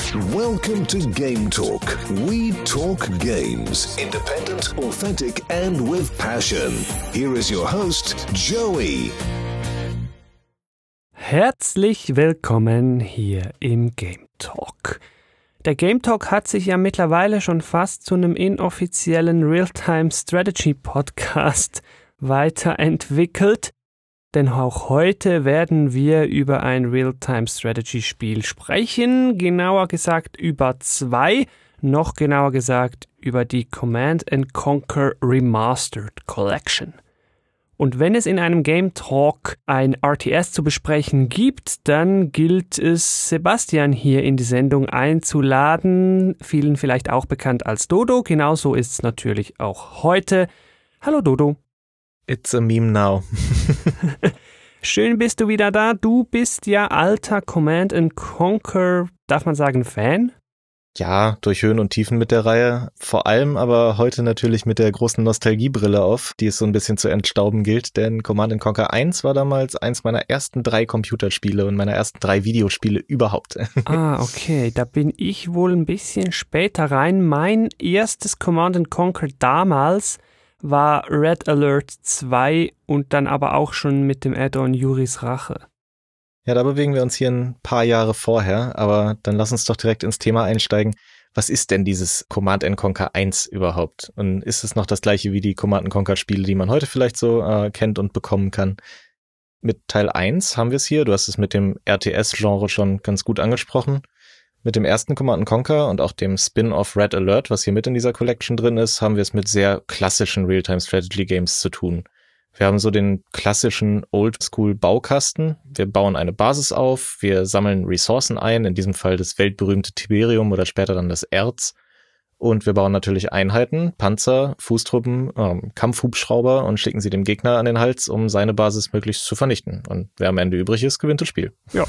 Welcome to Game Talk. We talk games. Independent, authentic and with passion. Here is your host, Joey. Herzlich willkommen hier im Game Talk. Der Game Talk hat sich ja mittlerweile schon fast zu einem inoffiziellen Real-Time-Strategy-Podcast weiterentwickelt, denn auch heute werden wir über ein Real-Time-Strategy-Spiel sprechen, genauer gesagt über zwei, noch genauer gesagt über die Command & Conquer Remastered Collection. Und wenn es in einem Game Talk ein RTS zu besprechen gibt, dann gilt es, Sebastian hier in die Sendung einzuladen, vielen vielleicht auch bekannt als Dodo, genauso ist es natürlich auch heute. Hallo Dodo. It's a meme now. Schön bist du wieder da, du bist ja alter Command & Conquer, darf man sagen, Fan? Ja, durch Höhen und Tiefen mit der Reihe, vor allem aber heute natürlich mit der großen Nostalgiebrille auf, die es so ein bisschen zu entstauben gilt, denn Command & Conquer 1 war damals eins meiner ersten 3 Computerspiele und meiner ersten 3 Videospiele überhaupt. Okay, da bin ich wohl ein bisschen später rein. Mein erstes Command & Conquer damals war Red Alert 2 und dann aber auch schon mit dem Add-on Yuris Rache. Ja, da bewegen wir uns hier ein paar Jahre vorher, aber dann lass uns doch direkt ins Thema einsteigen. Was ist denn dieses Command & Conquer 1 überhaupt? Und ist es noch das gleiche wie die Command & Conquer Spiele, die man heute vielleicht so kennt und bekommen kann? Mit Teil 1 haben wir es hier, du hast es mit dem RTS-Genre schon ganz gut angesprochen. Mit dem ersten Command & Conquer und auch dem Spin-off Red Alert, was hier mit in dieser Collection drin ist, haben wir es mit sehr klassischen Real-Time-Strategy-Games zu tun. Wir haben so den klassischen Oldschool-Baukasten. Wir bauen eine Basis auf, wir sammeln Ressourcen ein, in diesem Fall das weltberühmte Tiberium oder später dann das Erz. Und wir bauen natürlich Einheiten, Panzer, Fußtruppen, Kampfhubschrauber und schicken sie dem Gegner an den Hals, um seine Basis möglichst zu vernichten. Und wer am Ende übrig ist, gewinnt das Spiel. Ja,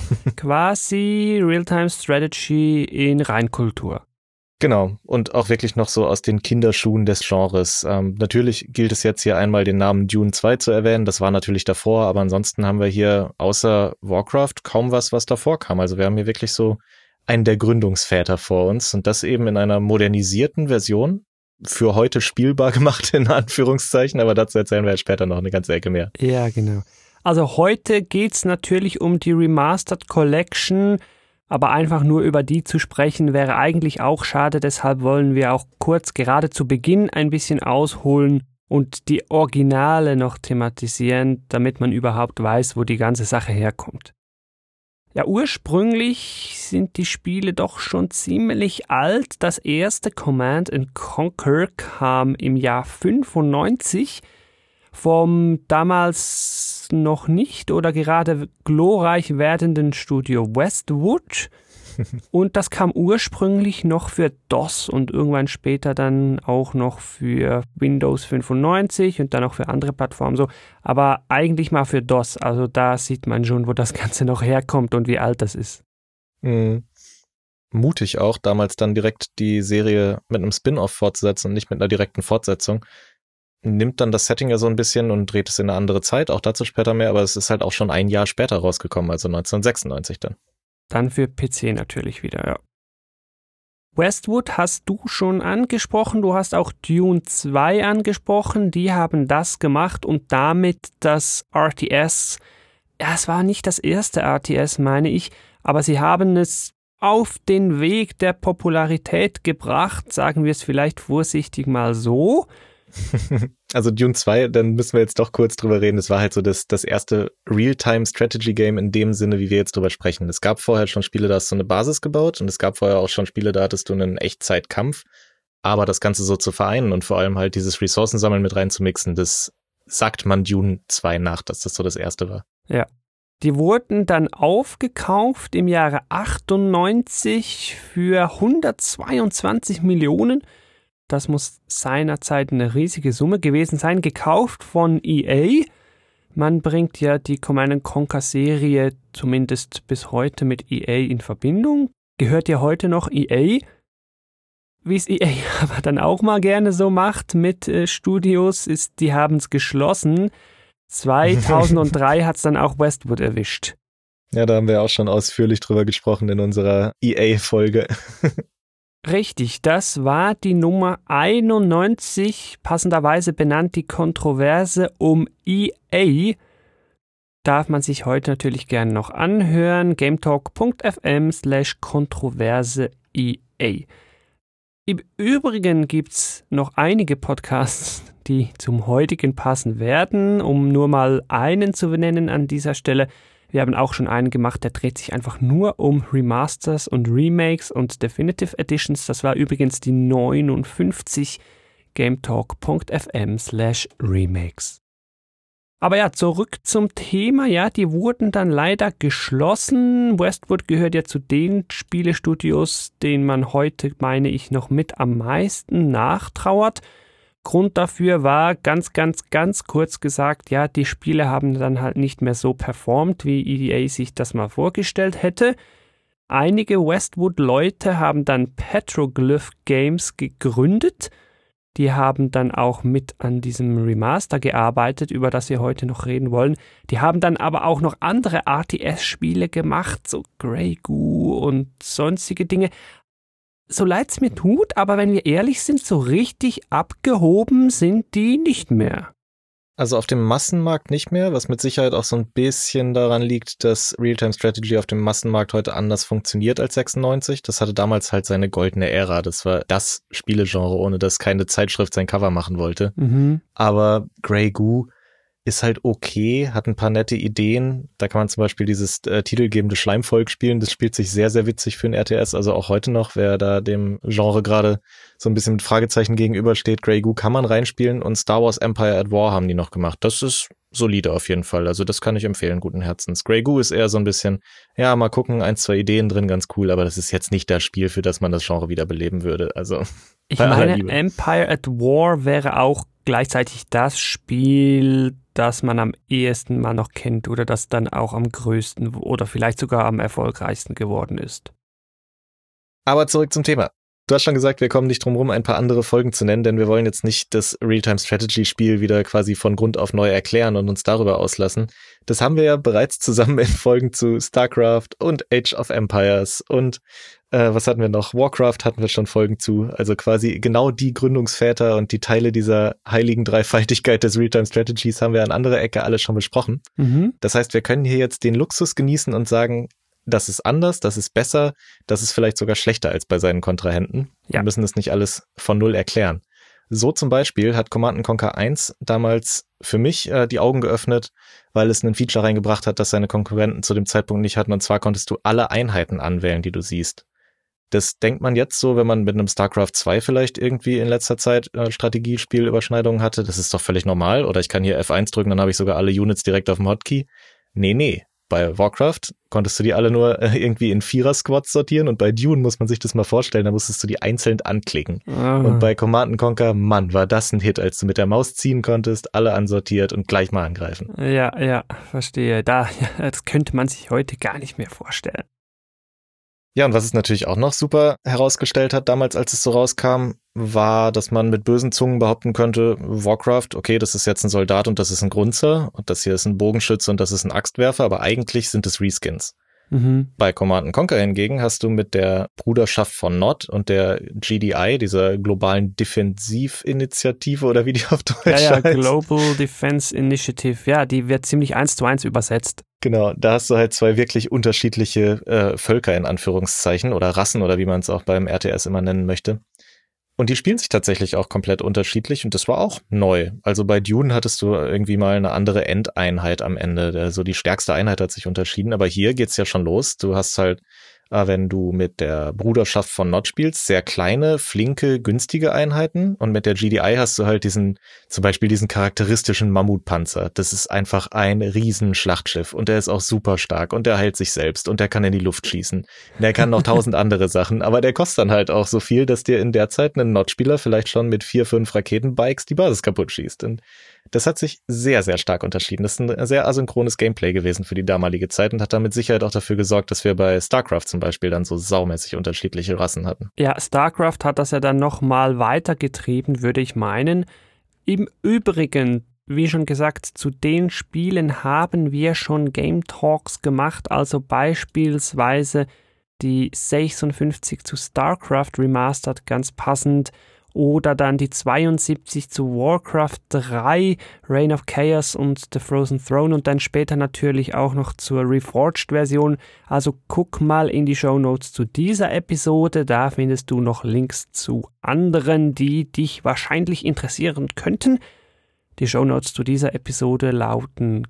quasi Real-Time-Strategy in Reinkultur. Genau, und auch wirklich noch so aus den Kinderschuhen des Genres. Natürlich gilt es jetzt hier einmal, den Namen Dune 2 zu erwähnen, das war natürlich davor, aber ansonsten haben wir hier außer Warcraft kaum was davor kam. Also wir haben hier wirklich so einen der Gründungsväter vor uns und das eben in einer modernisierten Version, für heute spielbar gemacht in Anführungszeichen, aber dazu erzählen wir ja später noch eine ganze Ecke mehr. Ja, genau. Also heute geht's natürlich um die Remastered Collection, aber einfach nur über die zu sprechen, wäre eigentlich auch schade. Deshalb wollen wir auch kurz gerade zu Beginn ein bisschen ausholen und die Originale noch thematisieren, damit man überhaupt weiß, wo die ganze Sache herkommt. Ja, ursprünglich sind die Spiele doch schon ziemlich alt. Das erste Command & Conquer kam im Jahr 95 vom damals noch nicht oder gerade glorreich werdenden Studio Westwood und das kam ursprünglich noch für DOS und irgendwann später dann auch noch für Windows 95 und dann auch für andere Plattformen so, aber eigentlich mal für DOS, also da sieht man schon, wo das Ganze noch herkommt und wie alt das ist. Mhm. Mutig auch, damals dann direkt die Serie mit einem Spin-off fortzusetzen und nicht mit einer direkten Fortsetzung. Nimmt dann das Setting ja so ein bisschen und dreht es in eine andere Zeit, auch dazu später mehr, aber es ist halt auch schon ein Jahr später rausgekommen, also 1996 dann. Dann für PC natürlich wieder, ja. Westwood hast du schon angesprochen, du hast auch Dune 2 angesprochen, die haben das gemacht und damit das RTS, ja, es war nicht das erste RTS, meine ich, aber sie haben es auf den Weg der Popularität gebracht, sagen wir es vielleicht vorsichtig mal so. Also Dune 2, dann müssen wir jetzt doch kurz drüber reden. Das war halt so das erste Real-Time-Strategy-Game in dem Sinne, wie wir jetzt drüber sprechen. Es gab vorher schon Spiele, da hast du eine Basis gebaut und es gab vorher auch schon Spiele, da hattest du einen Echtzeitkampf. Aber das Ganze so zu vereinen und vor allem halt dieses Ressourcensammeln mit reinzumixen, das sagt man Dune 2 nach, dass das so das erste war. Ja. Die wurden dann aufgekauft im Jahre 98 für 122 Millionen. Das muss seinerzeit eine riesige Summe gewesen sein, gekauft von EA. Man bringt ja die Command & Conquer-Serie zumindest bis heute mit EA in Verbindung. Gehört ja heute noch EA. Wie es EA aber dann auch mal gerne so macht mit Studios, ist, die haben es geschlossen. 2003 hat es dann auch Westwood erwischt. Ja, da haben wir auch schon ausführlich drüber gesprochen in unserer EA-Folge. Richtig, das war die Nummer 91, passenderweise benannt die Kontroverse um EA. Darf man sich heute natürlich gerne noch anhören. gametalk.fm/Kontroverse EA. Im Übrigen gibt es noch einige Podcasts, die zum heutigen passen werden, um nur mal einen zu benennen an dieser Stelle. Wir haben auch schon einen gemacht, der dreht sich einfach nur um Remasters und Remakes und Definitive Editions. Das war übrigens die 59, gametalk.fm/Remakes. Aber ja, zurück zum Thema. Ja, die wurden dann leider geschlossen. Westwood gehört ja zu den Spielestudios, denen man heute, meine ich, noch mit am meisten nachtrauert. Grund dafür war ganz kurz gesagt, ja, die Spiele haben dann halt nicht mehr so performt, wie EA sich das mal vorgestellt hätte. Einige Westwood-Leute haben dann Petroglyph Games gegründet. Die haben dann auch mit an diesem Remaster gearbeitet, über das wir heute noch reden wollen. Die haben dann aber auch noch andere RTS-Spiele gemacht, so Grey Goo und sonstige Dinge. So leid's mir tut, aber wenn wir ehrlich sind, so richtig abgehoben sind die nicht mehr. Also auf dem Massenmarkt nicht mehr, was mit Sicherheit auch so ein bisschen daran liegt, dass Realtime-Strategy auf dem Massenmarkt heute anders funktioniert als 96. Das hatte damals halt seine goldene Ära. Das war das Spielegenre, ohne dass keine Zeitschrift sein Cover machen wollte. Aber Grey Goo ist halt okay, hat ein paar nette Ideen. Da kann man zum Beispiel dieses titelgebende Schleimvolk spielen. Das spielt sich sehr, sehr witzig für ein RTS. Also auch heute noch, wer da dem Genre gerade so ein bisschen mit Fragezeichen gegenübersteht. Grey Goo kann man reinspielen und Star Wars Empire at War haben die noch gemacht. Das ist solide auf jeden Fall. Also das kann ich empfehlen, guten Herzens. Grey Goo ist eher so ein bisschen, ja, mal gucken, 1, 2 Ideen drin, ganz cool. Aber das ist jetzt nicht das Spiel, für das man das Genre wiederbeleben würde. Also ich meine, Empire at War wäre auch gleichzeitig das Spiel, das man am ehesten mal noch kennt oder das dann auch am größten oder vielleicht sogar am erfolgreichsten geworden ist. Aber zurück zum Thema. Du hast schon gesagt, wir kommen nicht drum rum, ein paar andere Folgen zu nennen, denn wir wollen jetzt nicht das Realtime-Strategy-Spiel wieder quasi von Grund auf neu erklären und uns darüber auslassen. Das haben wir ja bereits zusammen in Folgen zu StarCraft und Age of Empires und was hatten wir noch? Warcraft hatten wir schon Folgen zu. Also quasi genau die Gründungsväter und die Teile dieser heiligen Dreifaltigkeit des Realtime-Strategies haben wir an anderer Ecke alle schon besprochen. Das heißt, wir können hier jetzt den Luxus genießen und sagen, das ist anders, das ist besser, das ist vielleicht sogar schlechter als bei seinen Kontrahenten. Wir müssen das nicht alles von Null erklären. So zum Beispiel hat Command & Conquer 1 damals für mich die Augen geöffnet, weil es ein Feature reingebracht hat, das seine Konkurrenten zu dem Zeitpunkt nicht hatten. Und zwar konntest du alle Einheiten anwählen, die du siehst. Das denkt man jetzt so, wenn man mit einem StarCraft 2 vielleicht irgendwie in letzter Zeit Strategiespielüberschneidungen hatte. Das ist doch völlig normal. Oder ich kann hier F1 drücken, dann habe ich sogar alle Units direkt auf dem Hotkey. Nee. Bei Warcraft konntest du die alle nur irgendwie in Vierer-Squads sortieren und bei Dune muss man sich das mal vorstellen, da musstest du die einzeln anklicken. Und bei Command & Conquer, Mann, war das ein Hit, als du mit der Maus ziehen konntest, alle ansortiert und gleich mal angreifen. Ja, verstehe. Das könnte man sich heute gar nicht mehr vorstellen. Ja, und was es natürlich auch noch super herausgestellt hat, damals, als es so rauskam, war, dass man mit bösen Zungen behaupten könnte, Warcraft, okay, das ist jetzt ein Soldat und das ist ein Grunzer und das hier ist ein Bogenschütze und das ist ein Axtwerfer, aber eigentlich sind es Reskins. Bei Command & Conquer hingegen hast du mit der Bruderschaft von Nod und der GDI, dieser globalen Defensivinitiative oder wie die auf Deutsch heißt. Global Defense Initiative, ja, die wird ziemlich 1:1 übersetzt. Genau, da hast du halt zwei wirklich unterschiedliche Völker in Anführungszeichen oder Rassen oder wie man es auch beim RTS immer nennen möchte. Und die spielen sich tatsächlich auch komplett unterschiedlich und das war auch neu. Also bei Dune hattest du irgendwie mal eine andere Endeinheit am Ende. Also die stärkste Einheit hat sich unterschieden, aber hier geht's ja schon los. Du hast halt, wenn du mit der Bruderschaft von Nod spielst, sehr kleine, flinke, günstige Einheiten und mit der GDI hast du halt zum Beispiel diesen charakteristischen Mammutpanzer. Das ist einfach ein Riesenschlachtschiff und der ist auch super stark und der heilt sich selbst und der kann in die Luft schießen. Der kann noch 1000 andere Sachen, aber der kostet dann halt auch so viel, dass dir in der Zeit ein Nod-Spieler vielleicht schon mit 4, 5 Raketenbikes die Basis kaputt schießt. Und das hat sich sehr, sehr stark unterschieden. Das ist ein sehr asynchrones Gameplay gewesen für die damalige Zeit und hat damit Sicherheit auch dafür gesorgt, dass wir bei StarCraft zum Beispiel dann so saumäßig unterschiedliche Rassen hatten. Ja, StarCraft hat das ja dann nochmal weitergetrieben, würde ich meinen. Im Übrigen, wie schon gesagt, zu den Spielen haben wir schon Game Talks gemacht, also beispielsweise die 56 zu StarCraft Remastered, ganz passend, oder dann die 72 zu Warcraft 3, Reign of Chaos und The Frozen Throne und dann später natürlich auch noch zur Reforged-Version. Also guck mal in die Shownotes zu dieser Episode, da findest du noch Links zu anderen, die dich wahrscheinlich interessieren könnten. Die Shownotes zu dieser Episode lauten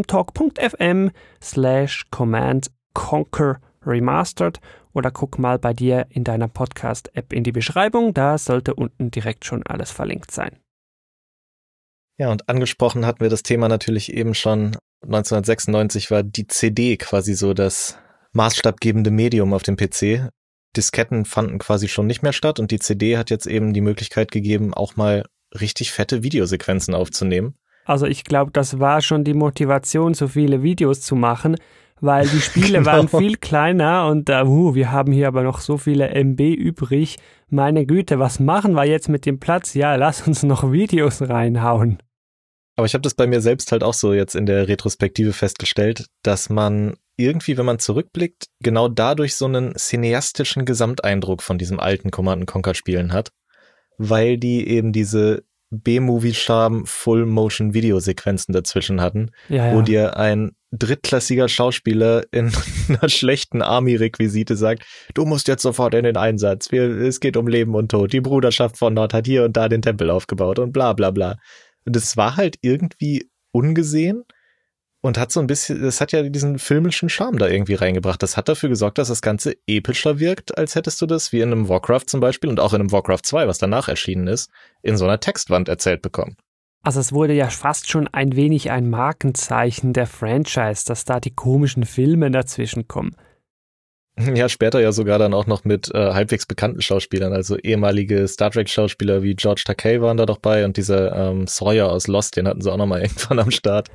gametalk.fm/Command Conquer Remastered oder guck mal bei dir in deiner Podcast-App in die Beschreibung, da sollte unten direkt schon alles verlinkt sein. Ja, und angesprochen hatten wir das Thema natürlich eben schon. 1996 war die CD quasi so das maßstabgebende Medium auf dem PC. Disketten fanden quasi schon nicht mehr statt und die CD hat jetzt eben die Möglichkeit gegeben, auch mal richtig fette Videosequenzen aufzunehmen. Also ich glaube, das war schon die Motivation, so viele Videos zu machen, weil die Spiele waren viel kleiner und wir haben hier aber noch so viele MB übrig. Meine Güte, was machen wir jetzt mit dem Platz? Ja, lass uns noch Videos reinhauen. Aber ich habe das bei mir selbst halt auch so jetzt in der Retrospektive festgestellt, dass man irgendwie, wenn man zurückblickt, genau dadurch so einen cineastischen Gesamteindruck von diesem alten Command & Conquer Spielen hat, weil die eben diese B-Movie-Charme Full-Motion-Videosequenzen dazwischen hatten, wo dir ein drittklassiger Schauspieler in einer schlechten Army-Requisite sagt, du musst jetzt sofort in den Einsatz, es geht um Leben und Tod, die Bruderschaft von Nord hat hier und da den Tempel aufgebaut und bla bla bla. Und es war halt irgendwie ungesehen und hat so ein bisschen, das hat ja diesen filmischen Charme da irgendwie reingebracht. Das hat dafür gesorgt, dass das Ganze epischer wirkt, als hättest du das wie in einem Warcraft zum Beispiel und auch in einem Warcraft 2, was danach erschienen ist, in so einer Textwand erzählt bekommen. Also es wurde ja fast schon ein wenig ein Markenzeichen der Franchise, dass da die komischen Filme dazwischen kommen. Ja, später ja sogar dann auch noch mit halbwegs bekannten Schauspielern, also ehemalige Star Trek-Schauspieler wie George Takei waren da doch bei und dieser Sawyer aus Lost, den hatten sie auch nochmal irgendwann am Start.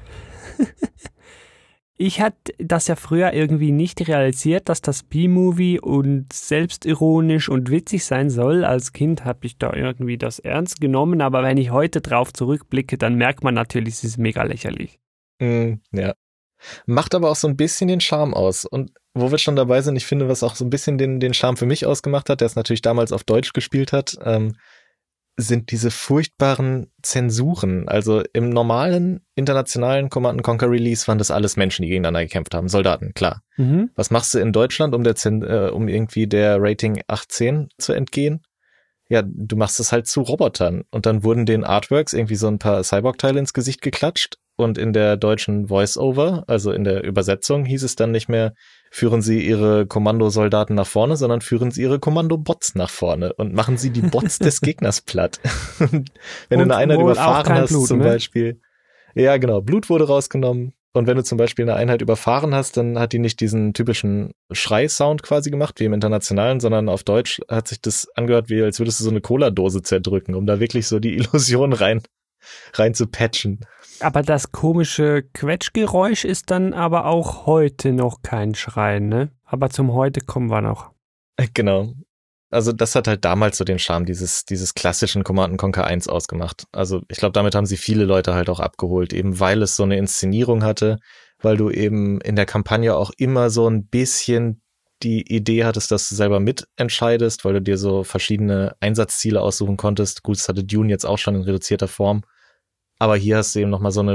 Ich hatte das ja früher irgendwie nicht realisiert, dass das B-Movie und selbstironisch und witzig sein soll. Als Kind habe ich da irgendwie das ernst genommen, aber wenn ich heute drauf zurückblicke, dann merkt man natürlich, es ist mega lächerlich. Ja. Macht aber auch so ein bisschen den Charme aus. Und wo wir schon dabei sind, ich finde, was auch so ein bisschen den Charme für mich ausgemacht hat, der es natürlich damals auf Deutsch gespielt hat, sind diese furchtbaren Zensuren. Also im normalen internationalen Command & Conquer Release waren das alles Menschen, die gegeneinander gekämpft haben. Soldaten, klar. Was machst du in Deutschland, um irgendwie der Rating 18 zu entgehen? Ja, du machst es halt zu Robotern. Und dann wurden den Artworks irgendwie so ein paar Cyborg-Teile ins Gesicht geklatscht. Und in der deutschen Voice-Over, also in der Übersetzung, hieß es dann nicht mehr, führen Sie Ihre Kommandosoldaten nach vorne, sondern führen Sie Ihre Kommandobots nach vorne und machen Sie die Bots des Gegners platt. Wenn du eine Einheit überfahren hast, Blut, zum Beispiel. Ja, genau. Blut wurde rausgenommen. Und wenn du zum Beispiel eine Einheit überfahren hast, dann hat die nicht diesen typischen Schrei-Sound quasi gemacht, wie im Internationalen, sondern auf Deutsch hat sich das angehört, wie als würdest du so eine Cola-Dose zerdrücken, um da wirklich so die Illusion rein zu patchen. Aber das komische Quetschgeräusch ist dann aber auch heute noch kein Schreien, ne? Aber zum Heute kommen wir noch. Genau. Also das hat halt damals so den Charme dieses klassischen Command & Conquer 1 ausgemacht. Also ich glaube, damit haben sie viele Leute halt auch abgeholt, eben weil es so eine Inszenierung hatte, weil du eben in der Kampagne auch immer so ein bisschen die Idee hattest, dass du selber mitentscheidest, weil du dir so verschiedene Einsatzziele aussuchen konntest. Gut, das hatte Dune jetzt auch schon in reduzierter Form. Aber hier hast du eben nochmal so eine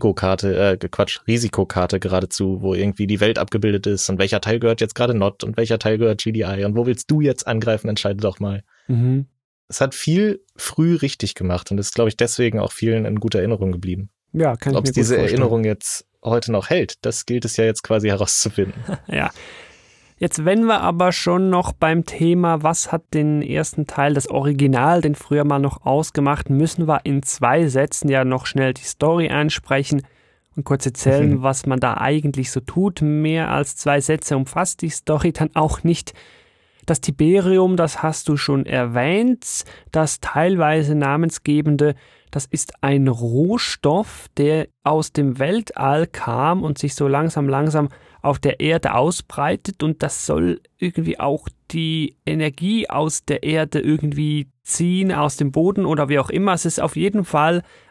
Risikokarte geradezu, wo irgendwie die Welt abgebildet ist und welcher Teil gehört jetzt gerade Nod und welcher Teil gehört GDI und wo willst du jetzt angreifen, entscheide doch mal. Es hat viel früh richtig gemacht und ist, glaube ich, deswegen auch vielen in guter Erinnerung geblieben. Ja, kann ich mir gut vorstellen. Ob es diese Erinnerung jetzt heute noch hält, das gilt es ja jetzt quasi herauszufinden. Ja. Jetzt, wenn wir aber schon noch beim Thema, was hat den ersten Teil, das Original, den früher mal noch ausgemacht, müssen wir in 2 Sätzen ja noch schnell die Story ansprechen und kurz erzählen, was man da eigentlich so tut. Mehr als 2 Sätze umfasst die Story dann auch nicht. Das Tiberium, das hast du schon erwähnt, das teilweise namensgebende, das ist ein Rohstoff, der aus dem Weltall kam und sich so langsam auf der Erde ausbreitet und das soll irgendwie auch die Energie aus der Erde irgendwie ziehen, aus dem Boden oder wie auch immer. Es ist auf jeden Fall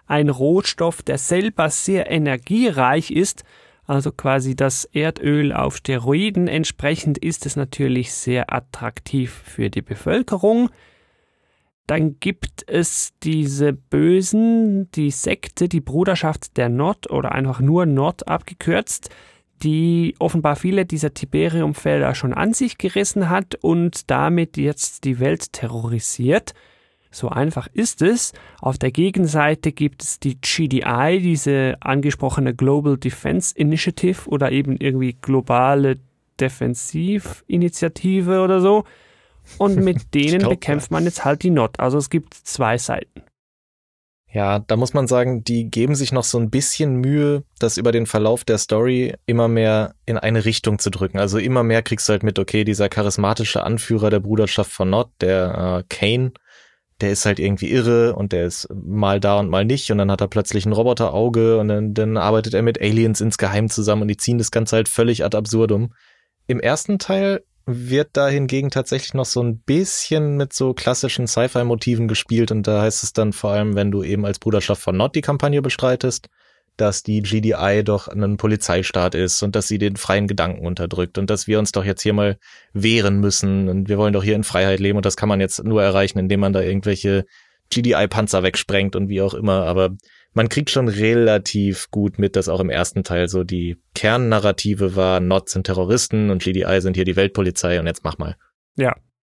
ein Rohstoff, der selber sehr energiereich ist, also quasi das Erdöl auf Steroiden. Entsprechend ist es natürlich sehr attraktiv für die Bevölkerung. Dann gibt es diese Bösen, die Sekte, die Bruderschaft der Nod oder einfach nur Nod abgekürzt, die offenbar viele dieser Tiberiumfelder schon an sich gerissen hat und damit jetzt die Welt terrorisiert. So einfach ist es. Auf der Gegenseite gibt es die GDI, diese angesprochene Global Defense Initiative oder eben irgendwie globale Defensivinitiative oder so. Und mit denen bekämpft man jetzt halt die Nod. Also es gibt zwei Seiten. Ja, da muss man sagen, die geben sich noch so ein bisschen Mühe, das über den Verlauf der Story immer mehr in eine Richtung zu drücken. Also immer mehr kriegst du halt mit, okay, dieser charismatische Anführer der Bruderschaft von Nod, der Kane, der ist halt irgendwie irre und der ist mal da und mal nicht und dann hat er plötzlich ein Roboterauge und dann arbeitet er mit Aliens insgeheim zusammen und die ziehen das Ganze halt völlig ad absurdum. Im ersten Teil wird da hingegen tatsächlich noch so ein bisschen mit so klassischen Sci-Fi-Motiven gespielt und da heißt es dann vor allem, wenn du eben als Bruderschaft von Nod die Kampagne bestreitest, dass die GDI doch ein Polizeistaat ist und dass sie den freien Gedanken unterdrückt und dass wir uns doch jetzt hier mal wehren müssen und wir wollen doch hier in Freiheit leben und das kann man jetzt nur erreichen, indem man da irgendwelche GDI-Panzer wegsprengt und wie auch immer, aber man kriegt schon relativ gut mit, dass auch im ersten Teil so die Kernnarrative war, Nod sind Terroristen und GDI sind hier die Weltpolizei und jetzt mach mal. Ja.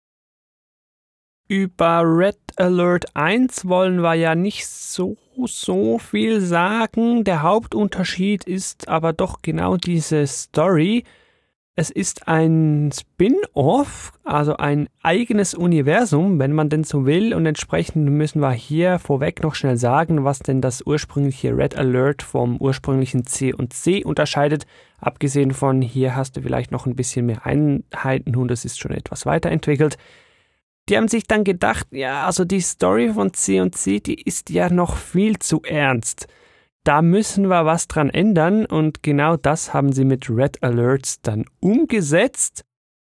Über Red Alert 1 wollen wir ja nicht so viel sagen. Der Hauptunterschied ist aber doch genau diese Story. Es ist ein Spin-off, also ein eigenes Universum, wenn man denn so will. Und entsprechend müssen wir hier vorweg noch schnell sagen, was denn das ursprüngliche Red Alert vom ursprünglichen C&C unterscheidet. Abgesehen von, hier hast du vielleicht noch ein bisschen mehr Einheiten und es ist schon etwas weiterentwickelt. Die haben sich dann gedacht, ja, also die Story von C&C, die ist ja noch viel zu ernst. Da müssen wir was dran ändern und genau das haben sie mit Red Alerts dann umgesetzt.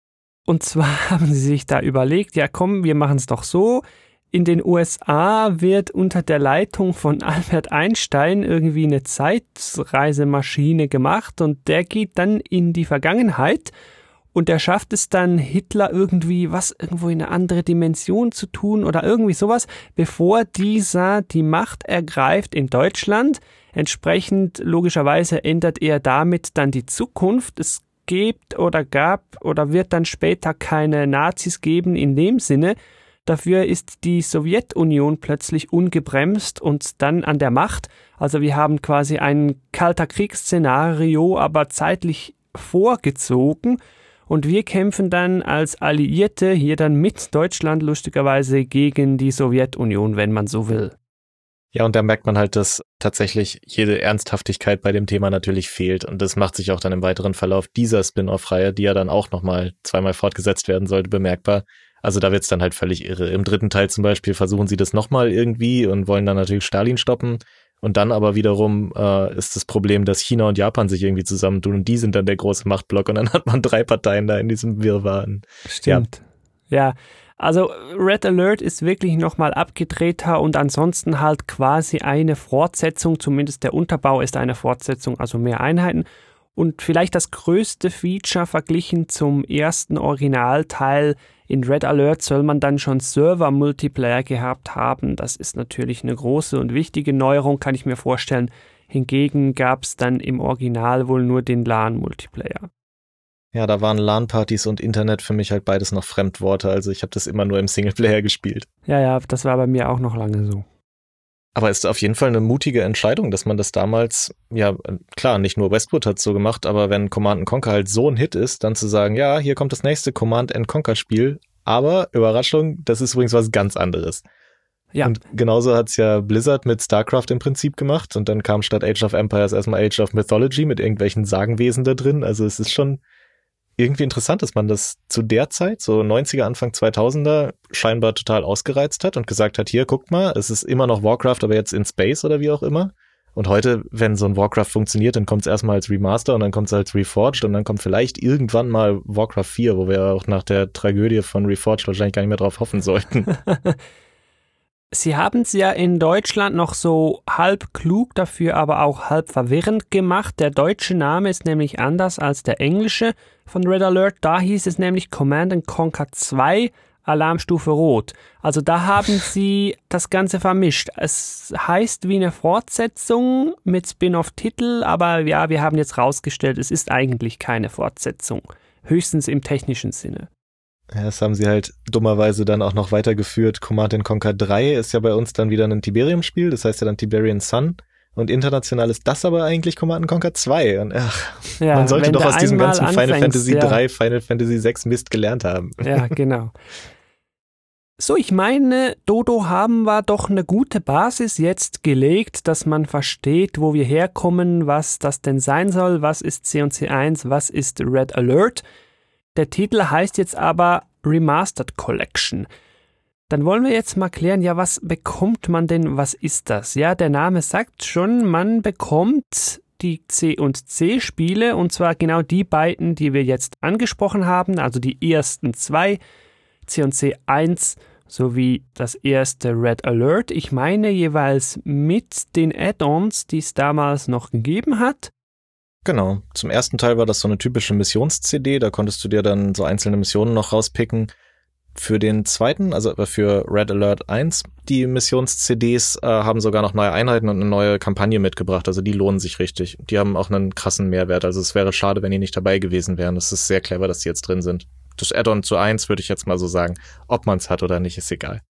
Und zwar haben sie sich da überlegt, ja komm, wir machen es doch so. In den USA wird unter der Leitung von Albert Einstein irgendwie eine Zeitreisemaschine gemacht und der geht dann in die Vergangenheit und er schafft es dann, Hitler irgendwo in eine andere Dimension zu tun oder irgendwie sowas, bevor dieser die Macht ergreift in Deutschland. Entsprechend logischerweise ändert er damit dann die Zukunft. Es gibt oder gab oder wird dann später keine Nazis geben in dem Sinne. Dafür ist die Sowjetunion plötzlich ungebremst und dann an der Macht. Also wir haben quasi ein kalter Kriegsszenario, aber zeitlich vorgezogen. Und wir kämpfen dann als Alliierte hier dann mit Deutschland lustigerweise gegen die Sowjetunion, wenn man so will. Ja, und da merkt man halt, dass tatsächlich jede Ernsthaftigkeit bei dem Thema natürlich fehlt. Und das macht sich auch dann im weiteren Verlauf dieser Spin-off-Reihe, die ja dann auch nochmal zweimal fortgesetzt werden sollte, bemerkbar. Also da wird's dann halt völlig irre. Im dritten Teil zum Beispiel versuchen sie das nochmal irgendwie und wollen dann natürlich Stalin stoppen. Und dann aber wiederum ist das Problem, dass China und Japan sich irgendwie zusammentun und die sind dann der große Machtblock und dann hat man 3 Parteien da in diesem Wirrwarr. Stimmt. Ja. Also Red Alert ist wirklich nochmal abgedrehter und ansonsten halt quasi eine Fortsetzung, zumindest der Unterbau ist eine Fortsetzung, also mehr Einheiten. Und vielleicht das größte Feature verglichen zum ersten Originalteil, in Red Alert soll man dann schon Server-Multiplayer gehabt haben. Das ist natürlich eine große und wichtige Neuerung, kann ich mir vorstellen. Hingegen gab es dann im Original wohl nur den LAN-Multiplayer. Ja, da waren LAN-Partys und Internet für mich halt beides noch Fremdworte, also ich habe das immer nur im Singleplayer gespielt. Ja, das war bei mir auch noch lange so. Aber ist auf jeden Fall eine mutige Entscheidung, dass man das damals, ja klar, nicht nur Westwood hat so gemacht, aber wenn Command & Conquer halt so ein Hit ist, dann zu sagen, ja, hier kommt das nächste Command & Conquer Spiel, aber, Überraschung, das ist übrigens was ganz anderes. Ja. Und genauso hat's ja Blizzard mit StarCraft im Prinzip gemacht und dann kam statt Age of Empires erstmal Age of Mythology mit irgendwelchen Sagenwesen da drin, also es ist schon irgendwie interessant, dass man das zu der Zeit, so 90er, Anfang 2000er, scheinbar total ausgereizt hat und gesagt hat, hier, guckt mal, es ist immer noch Warcraft, aber jetzt in Space oder wie auch immer. Und heute, wenn so ein Warcraft funktioniert, dann kommt es erstmal als Remaster und dann kommt es als Reforged und dann kommt vielleicht irgendwann mal Warcraft 4, wo wir auch nach der Tragödie von Reforged wahrscheinlich gar nicht mehr drauf hoffen sollten. Sie haben es ja in Deutschland noch so halb klug, dafür aber auch halb verwirrend gemacht. Der deutsche Name ist nämlich anders als der englische von Red Alert. Da hieß es nämlich Command & Conquer 2 Alarmstufe Rot. Also da haben sie das Ganze vermischt. Es heißt wie eine Fortsetzung mit Spin-off-Titel, aber ja, wir haben jetzt rausgestellt, es ist eigentlich keine Fortsetzung. Höchstens im technischen Sinne. Ja, das haben sie halt dummerweise dann auch noch weitergeführt. Command & Conquer 3 ist ja bei uns dann wieder ein Tiberium-Spiel, das heißt ja dann Tiberian Sun. Und international ist das aber eigentlich Command & Conquer 2. Und ja, man sollte doch aus diesem ganzen Final Fantasy ja. 3, Final Fantasy 6 Mist gelernt haben. Ja, genau. So, ich meine, Dodo, haben wir doch eine gute Basis jetzt gelegt, dass man versteht, wo wir herkommen, was das denn sein soll, was ist C&C 1, was ist Red Alert. Der Titel heißt jetzt aber Remastered Collection. Dann wollen wir jetzt mal klären, ja, was bekommt man denn, was ist das? Ja, der Name sagt schon, man bekommt die C&C-Spiele, und zwar genau die beiden, die wir jetzt angesprochen haben, also die ersten zwei, C&C 1 sowie das erste Red Alert. Ich meine jeweils mit den Add-ons, die es damals noch gegeben hat. Genau, zum ersten Teil war das so eine typische Missions-CD, da konntest du dir dann so einzelne Missionen noch rauspicken. Für den zweiten, also für Red Alert 1, die Missions-CDs haben sogar noch neue Einheiten und eine neue Kampagne mitgebracht, also die lohnen sich richtig. Die haben auch einen krassen Mehrwert, also es wäre schade, wenn die nicht dabei gewesen wären. Es ist sehr clever, dass die jetzt drin sind. Das Add-on zu 1 würde ich jetzt mal so sagen, ob man es hat oder nicht, ist egal.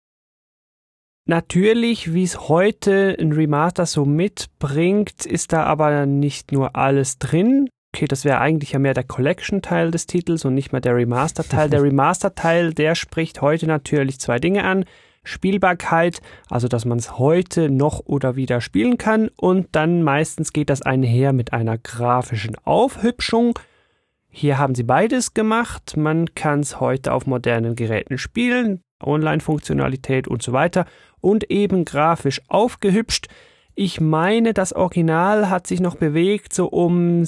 Natürlich, wie es heute ein Remaster so mitbringt, ist da aber nicht nur alles drin. Okay, das wäre eigentlich ja mehr der Collection-Teil des Titels und nicht mehr der Remaster-Teil. Der Remaster-Teil, der spricht heute natürlich zwei Dinge an. Spielbarkeit, also dass man es heute noch oder wieder spielen kann, und dann meistens geht das einher mit einer grafischen Aufhübschung. Hier haben sie beides gemacht. Man kann es heute auf modernen Geräten spielen, Online-Funktionalität und so weiter, und eben grafisch aufgehübscht. Ich meine, das Original hat sich noch bewegt, so um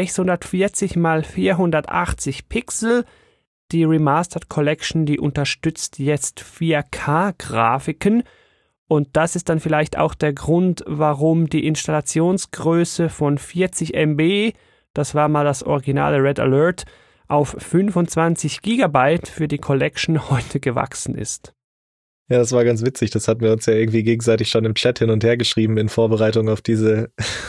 640 x 480 Pixel. Die Remastered Collection, die unterstützt jetzt 4K-Grafiken. Und das ist dann vielleicht auch der Grund, warum die Installationsgröße von 40 MB, das war mal das originale Red Alert, auf 25 GB für die Collection heute gewachsen ist. Ja, das war ganz witzig. Das hatten wir uns ja irgendwie gegenseitig schon im Chat hin und her geschrieben in Vorbereitung auf diese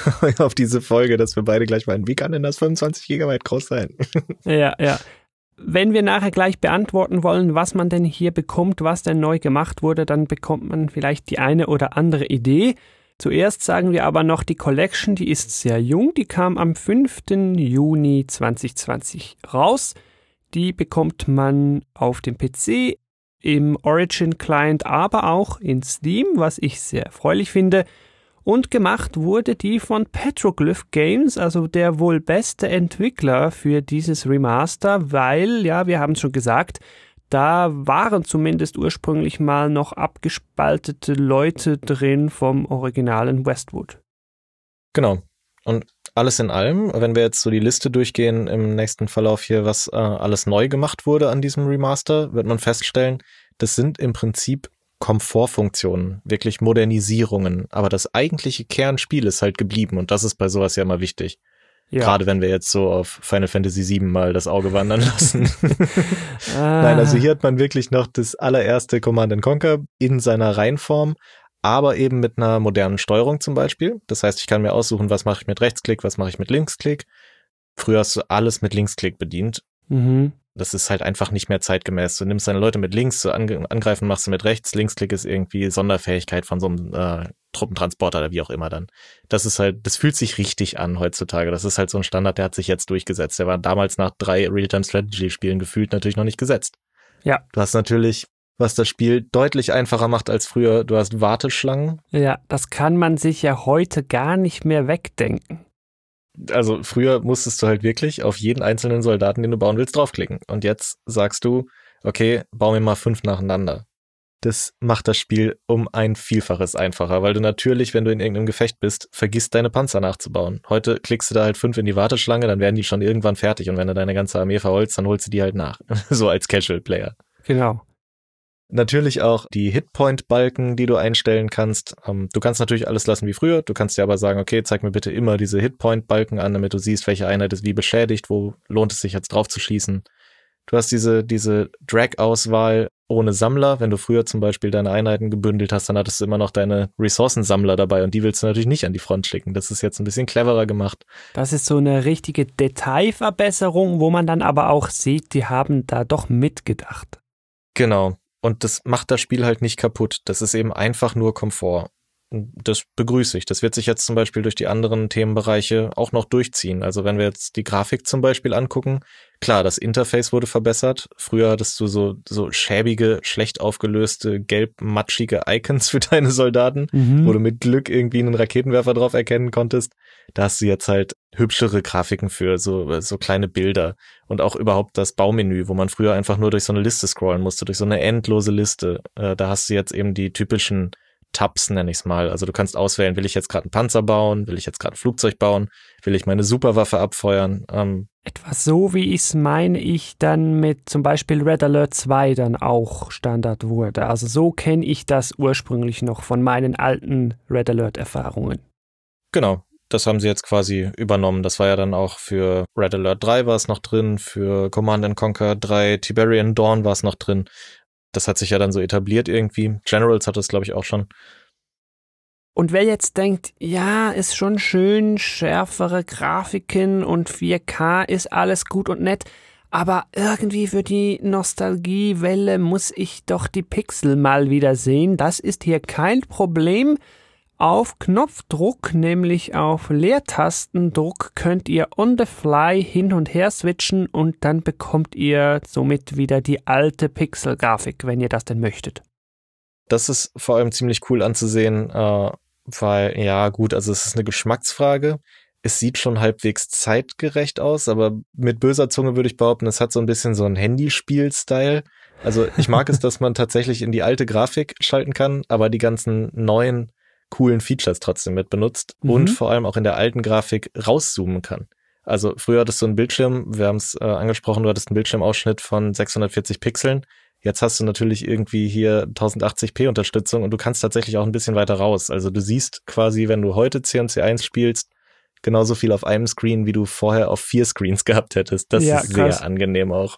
Folge, dass wir beide gleich meinen, wie kann denn das 25 GB groß sein? Ja. Wenn wir nachher gleich beantworten wollen, was man denn hier bekommt, was denn neu gemacht wurde, dann bekommt man vielleicht die eine oder andere Idee. Zuerst sagen wir aber noch, die Collection, die ist sehr jung, die kam am 5. Juni 2020 raus. Die bekommt man auf dem PC, im Origin Client, aber auch in Steam, was ich sehr erfreulich finde. Und gemacht wurde die von Petroglyph Games, also der wohl beste Entwickler für dieses Remaster, weil, ja, wir haben es schon gesagt, da waren zumindest ursprünglich mal noch abgespaltete Leute drin vom originalen Westwood. Genau. Und alles in allem, wenn wir jetzt so die Liste durchgehen im nächsten Verlauf hier, was alles neu gemacht wurde an diesem Remaster, wird man feststellen, das sind im Prinzip Komfortfunktionen, wirklich Modernisierungen. Aber das eigentliche Kernspiel ist halt geblieben und das ist bei sowas ja immer wichtig. Ja. Gerade wenn wir jetzt so auf Final Fantasy VII mal das Auge wandern lassen. Nein, also hier hat man wirklich noch das allererste Command & Conquer in seiner Reihenform, aber eben mit einer modernen Steuerung zum Beispiel. Das heißt, ich kann mir aussuchen, was mache ich mit Rechtsklick, was mache ich mit Linksklick. Früher hast du alles mit Linksklick bedient. Mhm. Das ist halt einfach nicht mehr zeitgemäß. Du nimmst deine Leute mit links, zu angreifen machst du mit rechts. Linksklick ist irgendwie Sonderfähigkeit von so einem Truppentransporter oder wie auch immer dann. Das ist halt, das fühlt sich richtig an heutzutage. Das ist halt so ein Standard, der hat sich jetzt durchgesetzt. Der war damals nach 3 Real-Time-Strategy-Spielen gefühlt natürlich noch nicht gesetzt. Ja. Du hast natürlich, was das Spiel deutlich einfacher macht als früher, du hast Warteschlangen. Ja, das kann man sich ja heute gar nicht mehr wegdenken. Also früher musstest du halt wirklich auf jeden einzelnen Soldaten, den du bauen willst, draufklicken. Und jetzt sagst du, okay, bau mir mal 5 nacheinander. Das macht das Spiel um ein Vielfaches einfacher, weil du natürlich, wenn du in irgendeinem Gefecht bist, vergisst deine Panzer nachzubauen. Heute klickst du da halt 5 in die Warteschlange, dann werden die schon irgendwann fertig und wenn du deine ganze Armee verholst, dann holst du die halt nach. So als Casual-Player. Genau. Natürlich auch die Hitpoint-Balken, die du einstellen kannst. Du kannst natürlich alles lassen wie früher. Du kannst dir aber sagen, okay, zeig mir bitte immer diese Hitpoint-Balken an, damit du siehst, welche Einheit ist wie beschädigt, wo lohnt es sich jetzt drauf zu schießen. Du hast diese Drag-Auswahl ohne Sammler. Wenn du früher zum Beispiel deine Einheiten gebündelt hast, dann hattest du immer noch deine Ressourcensammler dabei und die willst du natürlich nicht an die Front schicken. Das ist jetzt ein bisschen cleverer gemacht. Das ist so eine richtige Detailverbesserung, wo man dann aber auch sieht, die haben da doch mitgedacht. Genau. Und das macht das Spiel halt nicht kaputt. Das ist eben einfach nur Komfort. Das begrüße ich. Das wird sich jetzt zum Beispiel durch die anderen Themenbereiche auch noch durchziehen. Also wenn wir jetzt die Grafik zum Beispiel angucken, klar, das Interface wurde verbessert. Früher hattest du so schäbige, schlecht aufgelöste, gelb-matschige Icons für deine Soldaten, wo du mit Glück irgendwie einen Raketenwerfer drauf erkennen konntest. Da hast du jetzt halt hübschere Grafiken für so kleine Bilder und auch überhaupt das Baumenü, wo man früher einfach nur durch so eine Liste scrollen musste, durch so eine endlose Liste. Da hast du jetzt eben die typischen Tabs, nenne ich es mal. Also du kannst auswählen, will ich jetzt gerade einen Panzer bauen, will ich jetzt gerade ein Flugzeug bauen, will ich meine Superwaffe abfeuern. Etwas so, wie es, meine ich, dann mit zum Beispiel Red Alert 2 dann auch Standard wurde. Also so kenne ich das ursprünglich noch von meinen alten Red Alert-Erfahrungen. Genau, das haben sie jetzt quasi übernommen. Das war ja dann auch für Red Alert 3 war es noch drin, für Command & Conquer 3, Tiberian Dawn war es noch drin. Das hat sich ja dann so etabliert irgendwie. Generals hat das, glaube ich, auch schon. Und wer jetzt denkt, ja, ist schon schön, schärfere Grafiken und 4K ist alles gut und nett, aber irgendwie für die Nostalgiewelle muss ich doch die Pixel mal wieder sehen. Das ist hier kein Problem. Auf Knopfdruck, nämlich auf Leertastendruck, könnt ihr on the fly hin und her switchen und dann bekommt ihr somit wieder die alte Pixel-Grafik, wenn ihr das denn möchtet. Das ist vor allem ziemlich cool anzusehen, weil, ja gut, also es ist eine Geschmacksfrage. Es sieht schon halbwegs zeitgerecht aus, aber mit böser Zunge würde ich behaupten, es hat so ein bisschen so einen Handyspiel-Style. Also ich mag es, dass man tatsächlich in die alte Grafik schalten kann, aber die ganzen neuen coolen Features trotzdem mit benutzt und vor allem auch in der alten Grafik rauszoomen kann. Also früher hattest du einen Bildschirm, wir haben es angesprochen, du hattest einen Bildschirmausschnitt von 640 Pixeln. Jetzt hast du natürlich irgendwie hier 1080p Unterstützung und du kannst tatsächlich auch ein bisschen weiter raus. Also du siehst quasi, wenn du heute CNC1 spielst, genauso viel auf einem Screen, wie du vorher auf 4 Screens gehabt hättest. Das ist sehr angenehm auch.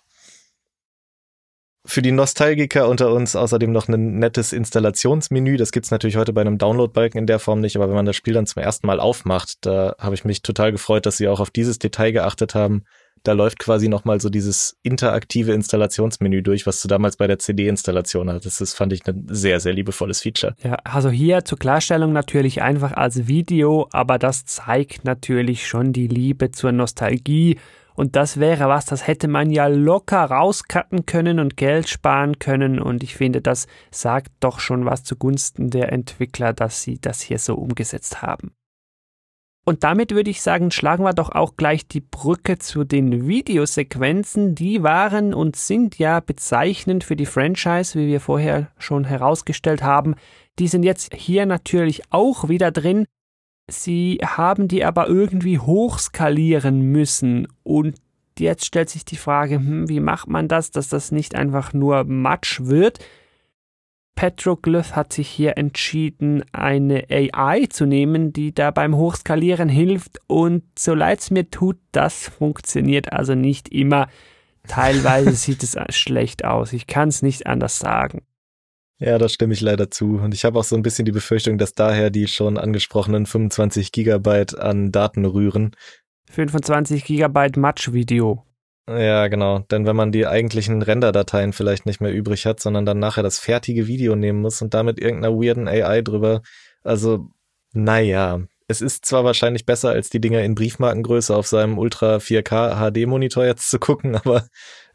Für die Nostalgiker unter uns außerdem noch ein nettes Installationsmenü. Das gibt's natürlich heute bei einem Download-Balken in der Form nicht, aber wenn man das Spiel dann zum ersten Mal aufmacht, da habe ich mich total gefreut, dass sie auch auf dieses Detail geachtet haben. Da läuft quasi nochmal so dieses interaktive Installationsmenü durch, was du damals bei der CD-Installation hattest. Das fand ich ein sehr, sehr liebevolles Feature. Ja, also hier zur Klarstellung natürlich einfach als Video, aber das zeigt natürlich schon die Liebe zur Nostalgie. Und das wäre was, das hätte man ja locker rauscutten können und Geld sparen können. Und ich finde, das sagt doch schon was zugunsten der Entwickler, dass sie das hier so umgesetzt haben. Und damit würde ich sagen, schlagen wir doch auch gleich die Brücke zu den Videosequenzen. Die waren und sind ja bezeichnend für die Franchise, wie wir vorher schon herausgestellt haben. Die sind jetzt hier natürlich auch wieder drin. Sie haben die aber irgendwie hochskalieren müssen und jetzt stellt sich die Frage, wie macht man das, dass das nicht einfach nur Matsch wird? Petroglyph hat sich hier entschieden, eine AI zu nehmen, die da beim Hochskalieren hilft und so leid es mir tut, das funktioniert also nicht immer. Teilweise sieht es schlecht aus, ich kann es nicht anders sagen. Ja, da stimme ich leider zu. Und ich habe auch so ein bisschen die Befürchtung, dass daher die schon angesprochenen 25 Gigabyte an Daten rühren. 25 Gigabyte Matsch-Video. Ja, genau. Denn wenn man die eigentlichen Renderdateien vielleicht nicht mehr übrig hat, sondern dann nachher das fertige Video nehmen muss und damit irgendeiner weirden AI drüber. Also, naja. Es ist zwar wahrscheinlich besser, als die Dinger in Briefmarkengröße auf seinem Ultra 4K HD-Monitor jetzt zu gucken, aber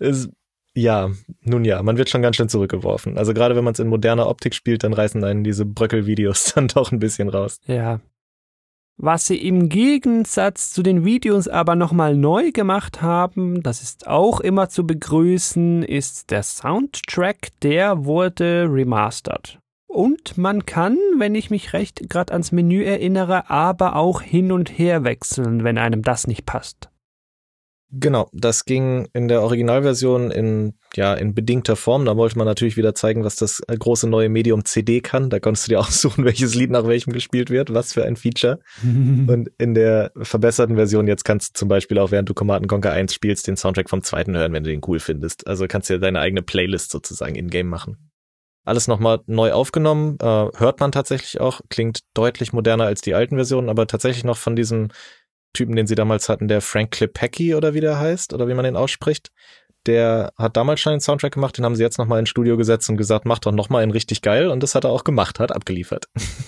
man wird schon ganz schön zurückgeworfen. Also gerade wenn man es in moderner Optik spielt, dann reißen einen diese Bröckelvideos dann doch ein bisschen raus. Ja. Was sie im Gegensatz zu den Videos aber nochmal neu gemacht haben, das ist auch immer zu begrüßen, ist der Soundtrack, der wurde remastert. Und man kann, wenn ich mich recht gerade ans Menü erinnere, aber auch hin und her wechseln, wenn einem das nicht passt. Genau, das ging in der Originalversion in bedingter Form. Da wollte man natürlich wieder zeigen, was das große neue Medium CD kann. Da konntest du dir aussuchen, welches Lied nach welchem gespielt wird. Was für ein Feature. Und in der verbesserten Version jetzt kannst du zum Beispiel auch, während du Command & Conquer 1 spielst, den Soundtrack vom zweiten hören, wenn du den cool findest. Also kannst du dir deine eigene Playlist sozusagen in-game machen. Alles nochmal neu aufgenommen, hört man tatsächlich auch, klingt deutlich moderner als die alten Versionen, aber tatsächlich noch von diesem Typen, den sie damals hatten, der Frank Klepacki oder wie der heißt, oder wie man den ausspricht. Der hat damals schon den Soundtrack gemacht, den haben sie jetzt nochmal ins Studio gesetzt und gesagt, mach doch nochmal einen richtig geil, und das hat er auch gemacht, hat abgeliefert.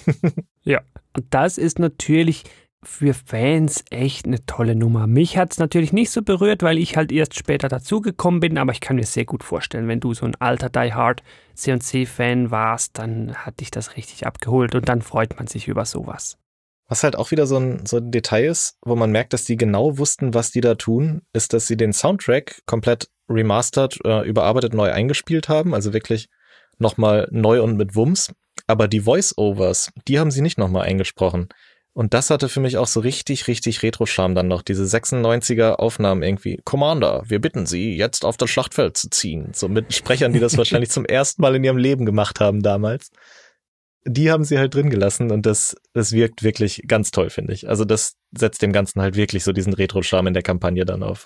Ja, und das ist natürlich für Fans echt eine tolle Nummer. Mich hat es natürlich nicht so berührt, weil ich halt erst später dazugekommen bin, aber ich kann mir sehr gut vorstellen, wenn du so ein alter Die Hard C&C-Fan warst, dann hat dich das richtig abgeholt und dann freut man sich über sowas. Was halt auch wieder so ein Detail ist, wo man merkt, dass die genau wussten, was die da tun, ist, dass sie den Soundtrack komplett remastered, überarbeitet, neu eingespielt haben, also wirklich nochmal neu und mit Wumms, aber die Voice-Overs, die haben sie nicht nochmal eingesprochen. Und das hatte für mich auch so richtig, richtig Retro-Charme dann noch, diese 96er Aufnahmen irgendwie. Commander, wir bitten Sie, jetzt auf das Schlachtfeld zu ziehen. So mit Sprechern, die das wahrscheinlich zum ersten Mal in ihrem Leben gemacht haben damals. Die haben sie halt drin gelassen und das wirkt wirklich ganz toll, finde ich. Also das setzt dem Ganzen halt wirklich so diesen Retro-Charme in der Kampagne dann auf.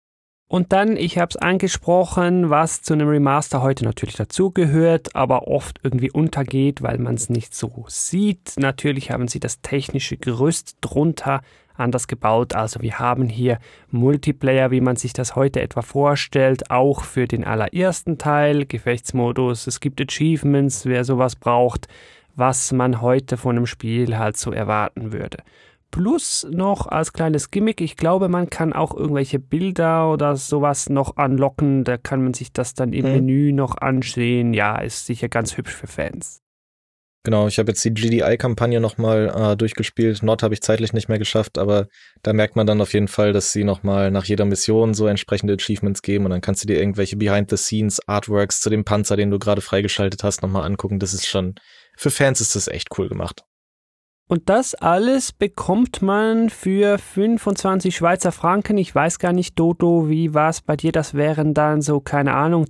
Und dann, ich habe es angesprochen, was zu einem Remaster heute natürlich dazugehört, aber oft irgendwie untergeht, weil man es nicht so sieht. Natürlich haben sie das technische Gerüst drunter anders gebaut. Also wir haben hier Multiplayer, wie man sich das heute etwa vorstellt, auch für den allerersten Teil, Gefechtsmodus, es gibt Achievements, wer sowas braucht, was man heute von einem Spiel halt so erwarten würde. Plus noch als kleines Gimmick, ich glaube, man kann auch irgendwelche Bilder oder sowas noch unlocken, da kann man sich das dann im Menü noch ansehen. Ja, ist sicher ganz hübsch für Fans. Genau, ich habe jetzt die GDI-Kampagne nochmal durchgespielt. Nord habe ich zeitlich nicht mehr geschafft, aber da merkt man dann auf jeden Fall, dass sie nochmal nach jeder Mission so entsprechende Achievements geben und dann kannst du dir irgendwelche Behind-the-Scenes-Artworks zu dem Panzer, den du gerade freigeschaltet hast, nochmal angucken. Das ist schon, für Fans ist das echt cool gemacht. Und das alles bekommt man für 25 Schweizer Franken. Ich weiß gar nicht, Dodo, wie war es bei dir? Das wären dann so, keine Ahnung,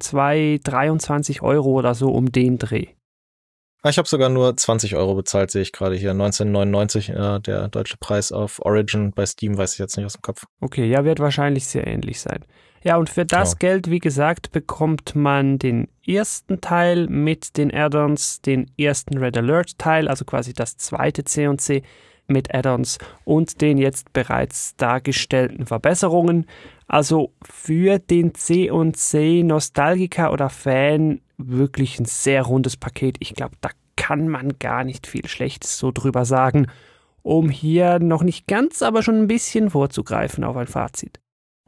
23 Euro oder so um den Dreh. Ich habe sogar nur 20 Euro bezahlt, sehe ich gerade hier. 19,99 der deutsche Preis auf Origin. Bei Steam weiß ich jetzt nicht aus dem Kopf. Okay, ja, wird wahrscheinlich sehr ähnlich sein. Ja, und für das Geld, wie gesagt, bekommt man den ersten Teil mit den Add-ons, den ersten Red Alert Teil, also quasi das zweite C&C mit Add-ons und den jetzt bereits dargestellten Verbesserungen. Also für den C&C Nostalgiker oder Fan wirklich ein sehr rundes Paket. Ich glaube, da kann man gar nicht viel Schlechtes so drüber sagen, um hier noch nicht ganz, aber schon ein bisschen vorzugreifen auf ein Fazit.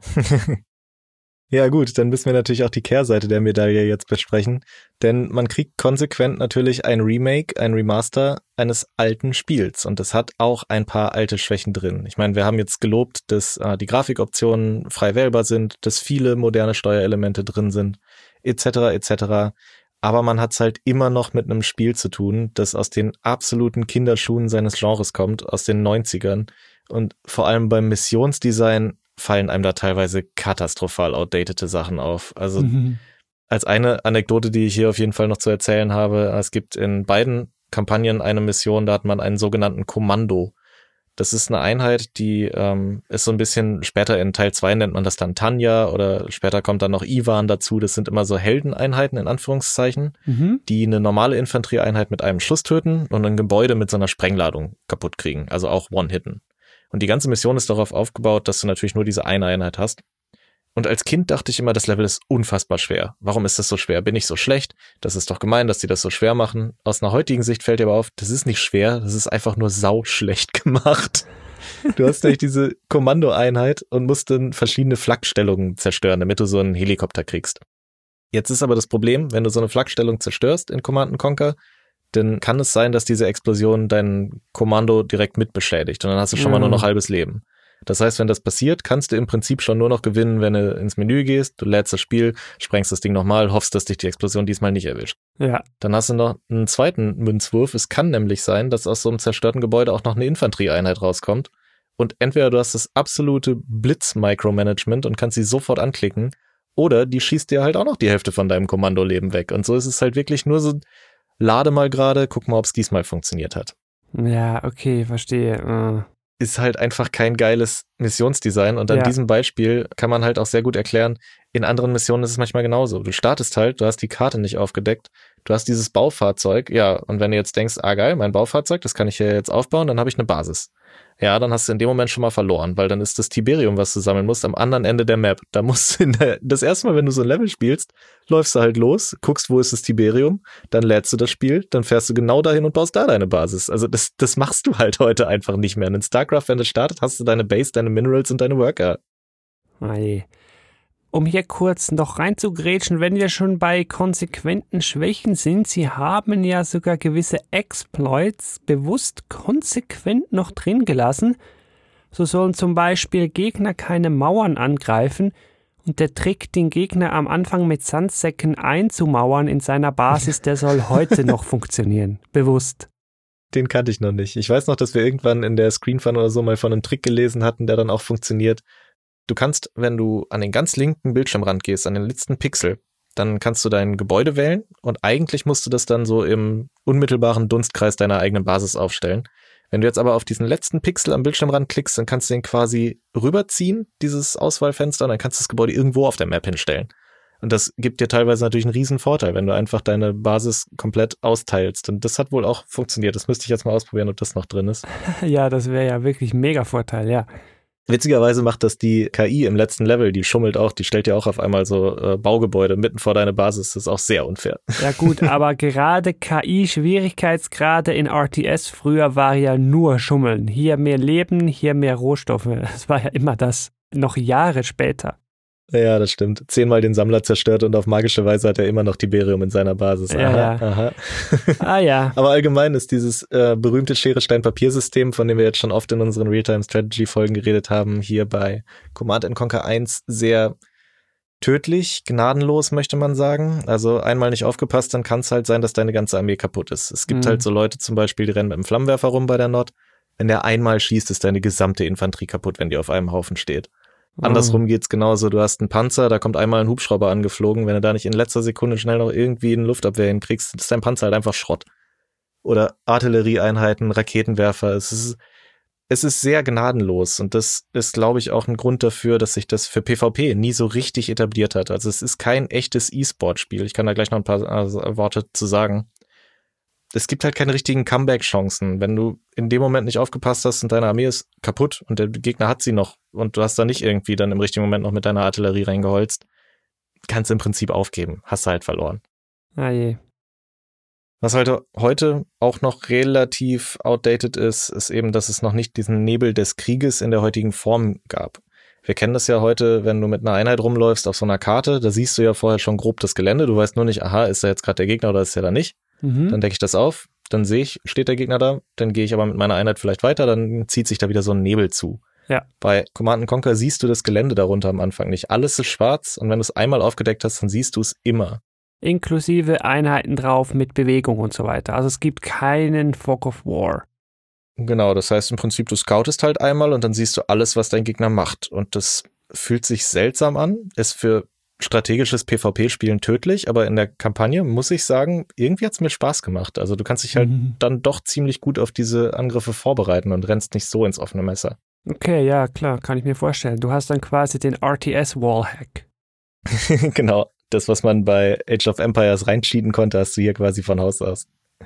Ja gut, dann müssen wir natürlich auch die Kehrseite der Medaille jetzt besprechen, denn man kriegt konsequent natürlich ein Remake, ein Remaster eines alten Spiels und das hat auch ein paar alte Schwächen drin. Ich meine, wir haben jetzt gelobt, dass die Grafikoptionen frei wählbar sind, dass viele moderne Steuerelemente drin sind, etc. etc., aber man hat es halt immer noch mit einem Spiel zu tun, das aus den absoluten Kinderschuhen seines Genres kommt, aus den 90ern und vor allem beim Missionsdesign fallen einem da teilweise katastrophal outdatete Sachen auf. Also als eine Anekdote, die ich hier auf jeden Fall noch zu erzählen habe, es gibt in beiden Kampagnen eine Mission, da hat man einen sogenannten Kommando. Das ist eine Einheit, die ist so ein bisschen, später in Teil 2 nennt man das dann Tanja oder später kommt dann noch Ivan dazu. Das sind immer so Heldeneinheiten in Anführungszeichen, die eine normale Infanterieeinheit mit einem Schuss töten und ein Gebäude mit so einer Sprengladung kaputt kriegen, also auch One-Hitten. Und die ganze Mission ist darauf aufgebaut, dass du natürlich nur diese eine Einheit hast. Und als Kind dachte ich immer, das Level ist unfassbar schwer. Warum ist das so schwer? Bin ich so schlecht? Das ist doch gemein, dass die das so schwer machen. Aus einer heutigen Sicht fällt dir aber auf, das ist nicht schwer, das ist einfach nur sauschlecht gemacht. Du hast nämlich diese Kommandoeinheit und musst dann verschiedene Flakstellungen zerstören, damit du so einen Helikopter kriegst. Jetzt ist aber das Problem, wenn du so eine Flakstellung zerstörst in Command & Conquer, dann kann es sein, dass diese Explosion dein Kommando direkt mit beschädigt und dann hast du schon mal nur noch halbes Leben. Das heißt, wenn das passiert, kannst du im Prinzip schon nur noch gewinnen, wenn du ins Menü gehst, du lädst das Spiel, sprengst das Ding nochmal, hoffst, dass dich die Explosion diesmal nicht erwischt. Ja. Dann hast du noch einen zweiten Münzwurf. Es kann nämlich sein, dass aus so einem zerstörten Gebäude auch noch eine Infanterieeinheit rauskommt und entweder du hast das absolute Blitz-Micromanagement und kannst sie sofort anklicken, oder die schießt dir halt auch noch die Hälfte von deinem Kommandoleben weg. Und so ist es halt wirklich nur so, lade mal gerade, guck mal, ob es diesmal funktioniert hat. Ja, okay, verstehe. Ist halt einfach kein geiles Missionsdesign. Und an diesem Beispiel kann man halt auch sehr gut erklären, in anderen Missionen ist es manchmal genauso. Du startest halt, du hast die Karte nicht aufgedeckt, du hast dieses Baufahrzeug, ja, und wenn du jetzt denkst, geil, mein Baufahrzeug, das kann ich hier jetzt aufbauen, dann habe ich eine Basis. Ja, dann hast du in dem Moment schon mal verloren, weil dann ist das Tiberium, was du sammeln musst, am anderen Ende der Map. Da musst du das erste Mal, wenn du so ein Level spielst, läufst du halt los, guckst, wo ist das Tiberium, dann lädst du das Spiel, dann fährst du genau dahin und baust da deine Basis. Also das machst du halt heute einfach nicht mehr. Und in StarCraft, wenn es startet, hast du deine Base, deine Minerals und deine Worker. Hey. Um hier kurz noch reinzugrätschen, wenn wir schon bei konsequenten Schwächen sind, sie haben ja sogar gewisse Exploits bewusst konsequent noch drin gelassen. So sollen zum Beispiel Gegner keine Mauern angreifen und der Trick, den Gegner am Anfang mit Sandsäcken einzumauern in seiner Basis, der soll heute noch funktionieren. Bewusst. Den kannte ich noch nicht. Ich weiß noch, dass wir irgendwann in der Screenfun oder so mal von einem Trick gelesen hatten, der dann auch funktioniert. Du kannst, wenn du an den ganz linken Bildschirmrand gehst, an den letzten Pixel, dann kannst du dein Gebäude wählen und eigentlich musst du das dann so im unmittelbaren Dunstkreis deiner eigenen Basis aufstellen. Wenn du jetzt aber auf diesen letzten Pixel am Bildschirmrand klickst, dann kannst du den quasi rüberziehen, dieses Auswahlfenster, und dann kannst du das Gebäude irgendwo auf der Map hinstellen. Und das gibt dir teilweise natürlich einen riesen Vorteil, wenn du einfach deine Basis komplett austeilst. Und das hat wohl auch funktioniert. Das müsste ich jetzt mal ausprobieren, ob das noch drin ist. Ja, das wäre ja wirklich ein mega Vorteil, ja. Witzigerweise macht das die KI im letzten Level, die schummelt auch, die stellt ja auch auf einmal so Baugebäude mitten vor deine Basis, das ist auch sehr unfair. Ja gut, aber gerade KI-Schwierigkeitsgrade in RTS früher war ja nur Schummeln. Hier mehr Leben, hier mehr Rohstoffe. Das war ja immer das, noch Jahre später. Ja, das stimmt. 10-mal den Sammler zerstört und auf magische Weise hat er immer noch Tiberium in seiner Basis. Aha. Ja. Aber allgemein ist dieses berühmte Schere-Stein-Papier-System, von dem wir jetzt schon oft in unseren Realtime-Strategy-Folgen geredet haben, hier bei Command & Conquer 1 sehr tödlich, gnadenlos, möchte man sagen. Also einmal nicht aufgepasst, dann kann es halt sein, dass deine ganze Armee kaputt ist. Es gibt halt so Leute zum Beispiel, die rennen mit einem Flammenwerfer rum bei der Nord. Wenn der einmal schießt, ist deine gesamte Infanterie kaputt, wenn die auf einem Haufen steht. Andersrum geht's genauso. Du hast einen Panzer, da kommt einmal ein Hubschrauber angeflogen. Wenn du da nicht in letzter Sekunde schnell noch irgendwie eine Luftabwehr hinkriegst, ist dein Panzer halt einfach Schrott. Oder Artillerieeinheiten, Raketenwerfer. Es ist sehr gnadenlos. Und das ist, glaube ich, auch ein Grund dafür, dass sich das für PvP nie so richtig etabliert hat. Also es ist kein echtes E-Sport-Spiel. Ich kann da gleich noch ein paar Worte zu sagen. Es gibt halt keine richtigen Comeback-Chancen. Wenn du in dem Moment nicht aufgepasst hast und deine Armee ist kaputt und der Gegner hat sie noch und du hast da nicht irgendwie dann im richtigen Moment noch mit deiner Artillerie reingeholzt, kannst du im Prinzip aufgeben. Hast du halt verloren. Ah je. Was halt heute auch noch relativ outdated ist eben, dass es noch nicht diesen Nebel des Krieges in der heutigen Form gab. Wir kennen das ja heute, wenn du mit einer Einheit rumläufst auf so einer Karte, da siehst du ja vorher schon grob das Gelände. Du weißt nur nicht, ist da jetzt gerade der Gegner oder ist der da nicht. Dann decke ich das auf, dann sehe ich, steht der Gegner da, dann gehe ich aber mit meiner Einheit vielleicht weiter, dann zieht sich da wieder so ein Nebel zu. Ja. Bei Command & Conquer siehst du das Gelände darunter am Anfang nicht. Alles ist schwarz und wenn du es einmal aufgedeckt hast, dann siehst du es immer. Inklusive Einheiten drauf mit Bewegung und so weiter. Also es gibt keinen Fog of War. Genau, das heißt im Prinzip, du scoutest halt einmal und dann siehst du alles, was dein Gegner macht. Und das fühlt sich seltsam an, ist für strategisches PvP-Spielen tödlich, aber in der Kampagne muss ich sagen, irgendwie hat's mir Spaß gemacht. Also du kannst dich halt dann doch ziemlich gut auf diese Angriffe vorbereiten und rennst nicht so ins offene Messer. Okay, ja, klar, kann ich mir vorstellen. Du hast dann quasi den RTS-Wallhack. Genau, das, was man bei Age of Empires reincheaten konnte, hast du hier quasi von Haus aus.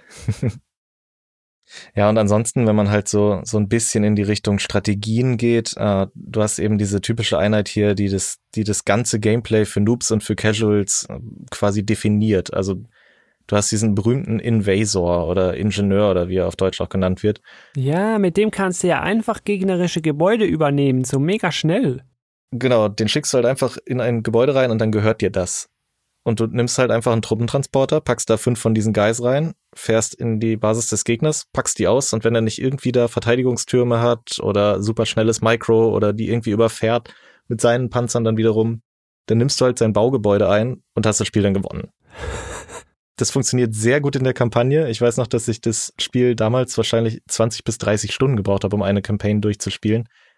Ja, und ansonsten, wenn man halt so ein bisschen in die Richtung Strategien geht, du hast eben diese typische Einheit hier, die das ganze Gameplay für Noobs und für Casuals quasi definiert. Also du hast diesen berühmten Invasor oder Ingenieur oder wie er auf Deutsch auch genannt wird. Ja, mit dem kannst du ja einfach gegnerische Gebäude übernehmen, so mega schnell. Genau, den schickst du halt einfach in ein Gebäude rein und dann gehört dir das. Und du nimmst halt einfach einen Truppentransporter, packst da 5 von diesen Guys rein, fährst in die Basis des Gegners, packst die aus und wenn er nicht irgendwie da Verteidigungstürme hat oder super schnelles Micro oder die irgendwie überfährt mit seinen Panzern dann wiederum, dann nimmst du halt sein Baugebäude ein und hast das Spiel dann gewonnen. Das funktioniert sehr gut in der Kampagne. Ich weiß noch, dass ich das Spiel damals wahrscheinlich 20 bis 30 Stunden gebraucht habe, um eine Campaign durchzuspielen.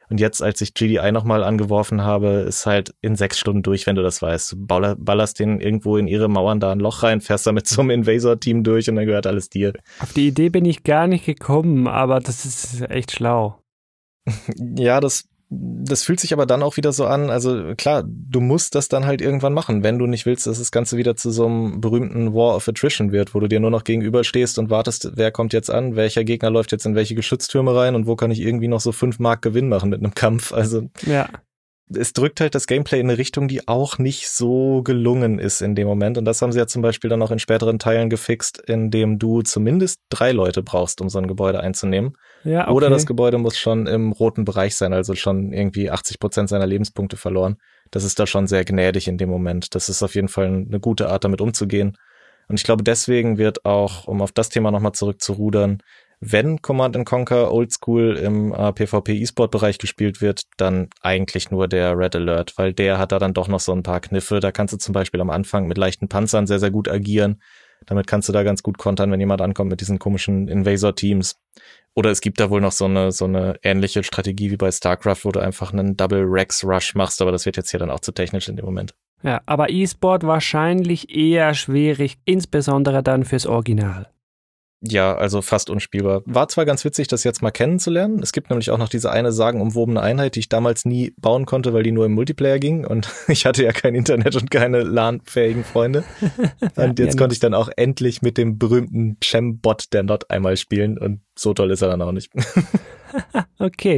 Und jetzt, als ich GDI nochmal angeworfen habe, ist halt in 6 Stunden durch, wenn du das weißt. Du ballerst den irgendwo in ihre Mauern da ein Loch rein, fährst da mit so einem Invasor-Team durch und dann gehört alles dir. Auf die Idee bin ich gar nicht gekommen, aber das ist echt schlau. Ja, das fühlt sich aber dann auch wieder so an, also klar, du musst das dann halt irgendwann machen, wenn du nicht willst, dass das Ganze wieder zu so einem berühmten War of Attrition wird, wo du dir nur noch gegenüberstehst und wartest, wer kommt jetzt an, welcher Gegner läuft jetzt in welche Geschütztürme rein und wo kann ich irgendwie noch so 5 Mark Gewinn machen mit einem Kampf, also ja. Es drückt halt das Gameplay in eine Richtung, die auch nicht so gelungen ist in dem Moment. Und das haben sie ja zum Beispiel dann auch in späteren Teilen gefixt, indem du zumindest 3 Leute brauchst, um so ein Gebäude einzunehmen. Ja, okay. Oder das Gebäude muss schon im roten Bereich sein, also schon irgendwie 80% seiner Lebenspunkte verloren. Das ist da schon sehr gnädig in dem Moment. Das ist auf jeden Fall eine gute Art, damit umzugehen. Und ich glaube, deswegen wird auch, um auf das Thema nochmal zurückzurudern, wenn Command & Conquer Oldschool im PvP-E-Sport-Bereich gespielt wird, dann eigentlich nur der Red Alert, weil der hat da dann doch noch so ein paar Kniffe. Da kannst du zum Beispiel am Anfang mit leichten Panzern sehr, sehr gut agieren. Damit kannst du da ganz gut kontern, wenn jemand ankommt mit diesen komischen Invasor-Teams. Oder es gibt da wohl noch so eine ähnliche Strategie wie bei StarCraft, wo du einfach einen Double-Rex-Rush machst, aber das wird jetzt hier dann auch zu technisch in dem Moment. Ja, aber E-Sport wahrscheinlich eher schwierig, insbesondere dann fürs Original. Ja, also fast unspielbar. War zwar ganz witzig, das jetzt mal kennenzulernen. Es gibt nämlich auch noch diese eine sagenumwobene Einheit, die ich damals nie bauen konnte, weil die nur im Multiplayer ging und ich hatte ja kein Internet und keine LAN-fähigen Freunde. Und jetzt konnte ich dann auch endlich mit dem berühmten Chem-Bot der Not einmal spielen und so toll ist er dann auch nicht. Okay.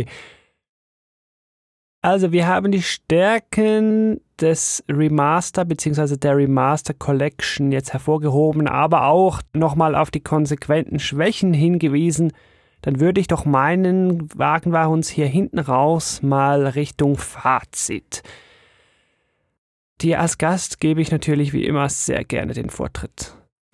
Also wir haben die Stärken des Remaster bzw. der Remaster Collection jetzt hervorgehoben, aber auch nochmal auf die konsequenten Schwächen hingewiesen. Dann würde ich doch meinen, wagen wir uns hier hinten raus mal Richtung Fazit. Dir als Gast gebe ich natürlich wie immer sehr gerne den Vortritt.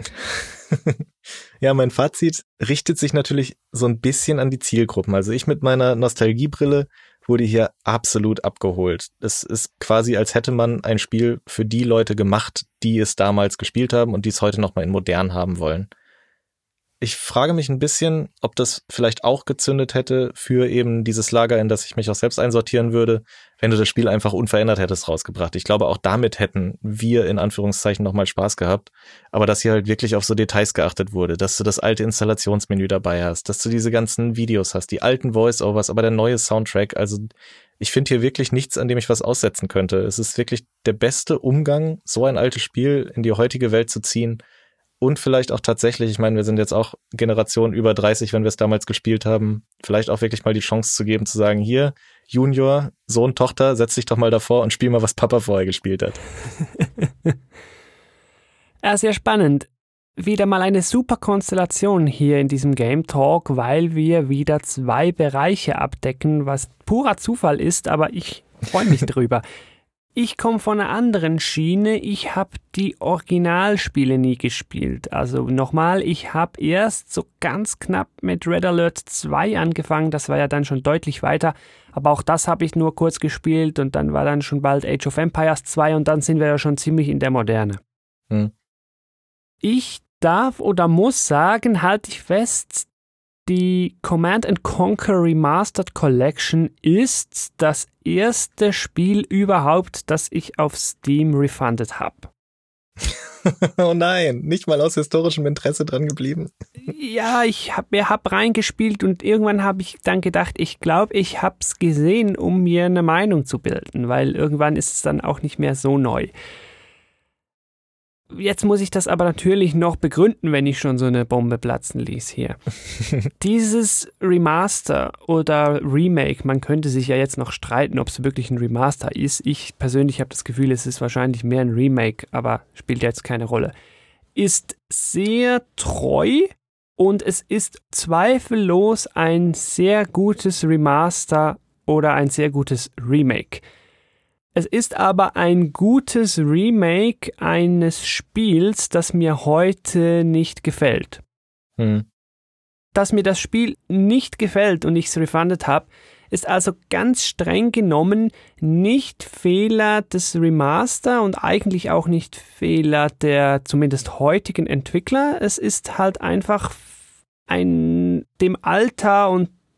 Ja, mein Fazit richtet sich natürlich so ein bisschen an die Zielgruppen. Also ich mit meiner Nostalgiebrille wurde hier absolut abgeholt. Es ist quasi, als hätte man ein Spiel für die Leute gemacht, die es damals gespielt haben und die es heute nochmal in modern haben wollen. Ich frage mich ein bisschen, ob das vielleicht auch gezündet hätte für eben dieses Lager, in das ich mich auch selbst einsortieren würde, wenn du das Spiel einfach unverändert hättest rausgebracht. Ich glaube, auch damit hätten wir in Anführungszeichen nochmal Spaß gehabt. Aber dass hier halt wirklich auf so Details geachtet wurde, dass du das alte Installationsmenü dabei hast, dass du diese ganzen Videos hast, die alten Voice-Overs, aber der neue Soundtrack. Also ich finde hier wirklich nichts, an dem ich was aussetzen könnte. Es ist wirklich der beste Umgang, so ein altes Spiel in die heutige Welt zu ziehen. Und vielleicht auch tatsächlich, ich meine, wir sind jetzt auch Generation über 30, wenn wir es damals gespielt haben, vielleicht auch wirklich mal die Chance zu geben, zu sagen, hier, Junior, Sohn, Tochter, setz dich doch mal davor und spiel mal, was Papa vorher gespielt hat. Ja, sehr spannend. Wieder mal eine super Konstellation hier in diesem Game Talk, weil wir wieder 2 Bereiche abdecken, was purer Zufall ist, aber ich freue mich drüber. Ich komme von einer anderen Schiene. Ich habe die Originalspiele nie gespielt. Also nochmal, ich habe erst so ganz knapp mit Red Alert 2 angefangen. Das war ja dann schon deutlich weiter. Aber auch das habe ich nur kurz gespielt und dann war dann schon bald Age of Empires 2 und dann sind wir ja schon ziemlich in der Moderne. Ich darf oder muss sagen, halte ich fest, die Command & Conquer Remastered Collection ist das erste Spiel überhaupt, das ich auf Steam refundet habe. Oh nein, nicht mal aus historischem Interesse dran geblieben. Ja, ich hab reingespielt und irgendwann habe ich dann gedacht, ich glaube, ich habe es gesehen, um mir eine Meinung zu bilden, weil irgendwann ist es dann auch nicht mehr so neu. Jetzt muss ich das aber natürlich noch begründen, wenn ich schon so eine Bombe platzen ließ hier. Dieses Remaster oder Remake, man könnte sich ja jetzt noch streiten, ob es wirklich ein Remaster ist. Ich persönlich habe das Gefühl, es ist wahrscheinlich mehr ein Remake, aber spielt jetzt keine Rolle. Ist sehr treu und es ist zweifellos ein sehr gutes Remaster oder ein sehr gutes Remake. Es ist aber ein gutes Remake eines Spiels, das mir heute nicht gefällt. Dass mir das Spiel nicht gefällt und ich es refundet habe, ist also ganz streng genommen nicht Fehler des Remaster und eigentlich auch nicht Fehler der zumindest heutigen Entwickler. Es ist halt einfach dem Alter und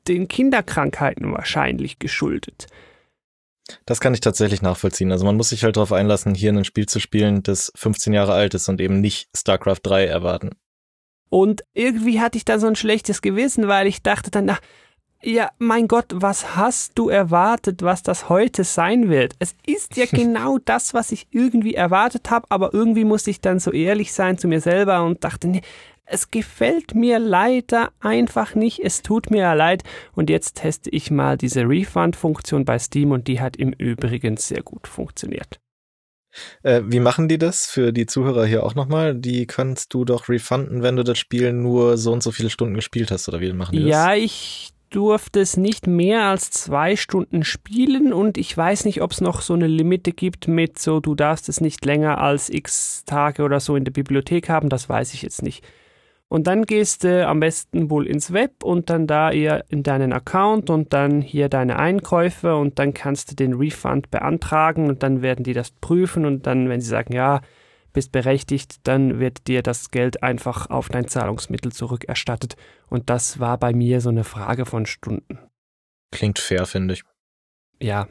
den Kinderkrankheiten wahrscheinlich geschuldet. Das kann ich tatsächlich nachvollziehen. Also man muss sich halt darauf einlassen, hier ein Spiel zu spielen, das 15 Jahre alt ist und eben nicht StarCraft 3 erwarten. Und irgendwie hatte ich da so ein schlechtes Gewissen, weil ich dachte dann, ja, mein Gott, was hast du erwartet, was das heute sein wird? Es ist ja genau das, was ich irgendwie erwartet habe, aber irgendwie musste ich dann so ehrlich sein zu mir selber und dachte, nee, es gefällt mir leider einfach nicht, es tut mir ja leid. Und jetzt teste ich mal diese Refund-Funktion bei Steam und die hat im Übrigen sehr gut funktioniert. Wie machen die das für die Zuhörer hier auch nochmal? Die kannst du doch refunden, wenn du das Spiel nur so und so viele Stunden gespielt hast, oder wie machen die das? Ja, ich durfte es nicht mehr als 2 Stunden spielen und ich weiß nicht, ob es noch so eine Limite gibt mit so, du darfst es nicht länger als x Tage oder so in der Bibliothek haben, das weiß ich jetzt nicht. Und dann gehst du am besten wohl ins Web und dann da eher in deinen Account und dann hier deine Einkäufe und dann kannst du den Refund beantragen und dann werden die das prüfen und dann, wenn sie sagen, ja, bist berechtigt, dann wird dir das Geld einfach auf dein Zahlungsmittel zurückerstattet. Und das war bei mir so eine Frage von Stunden. Klingt fair, finde ich. Ja.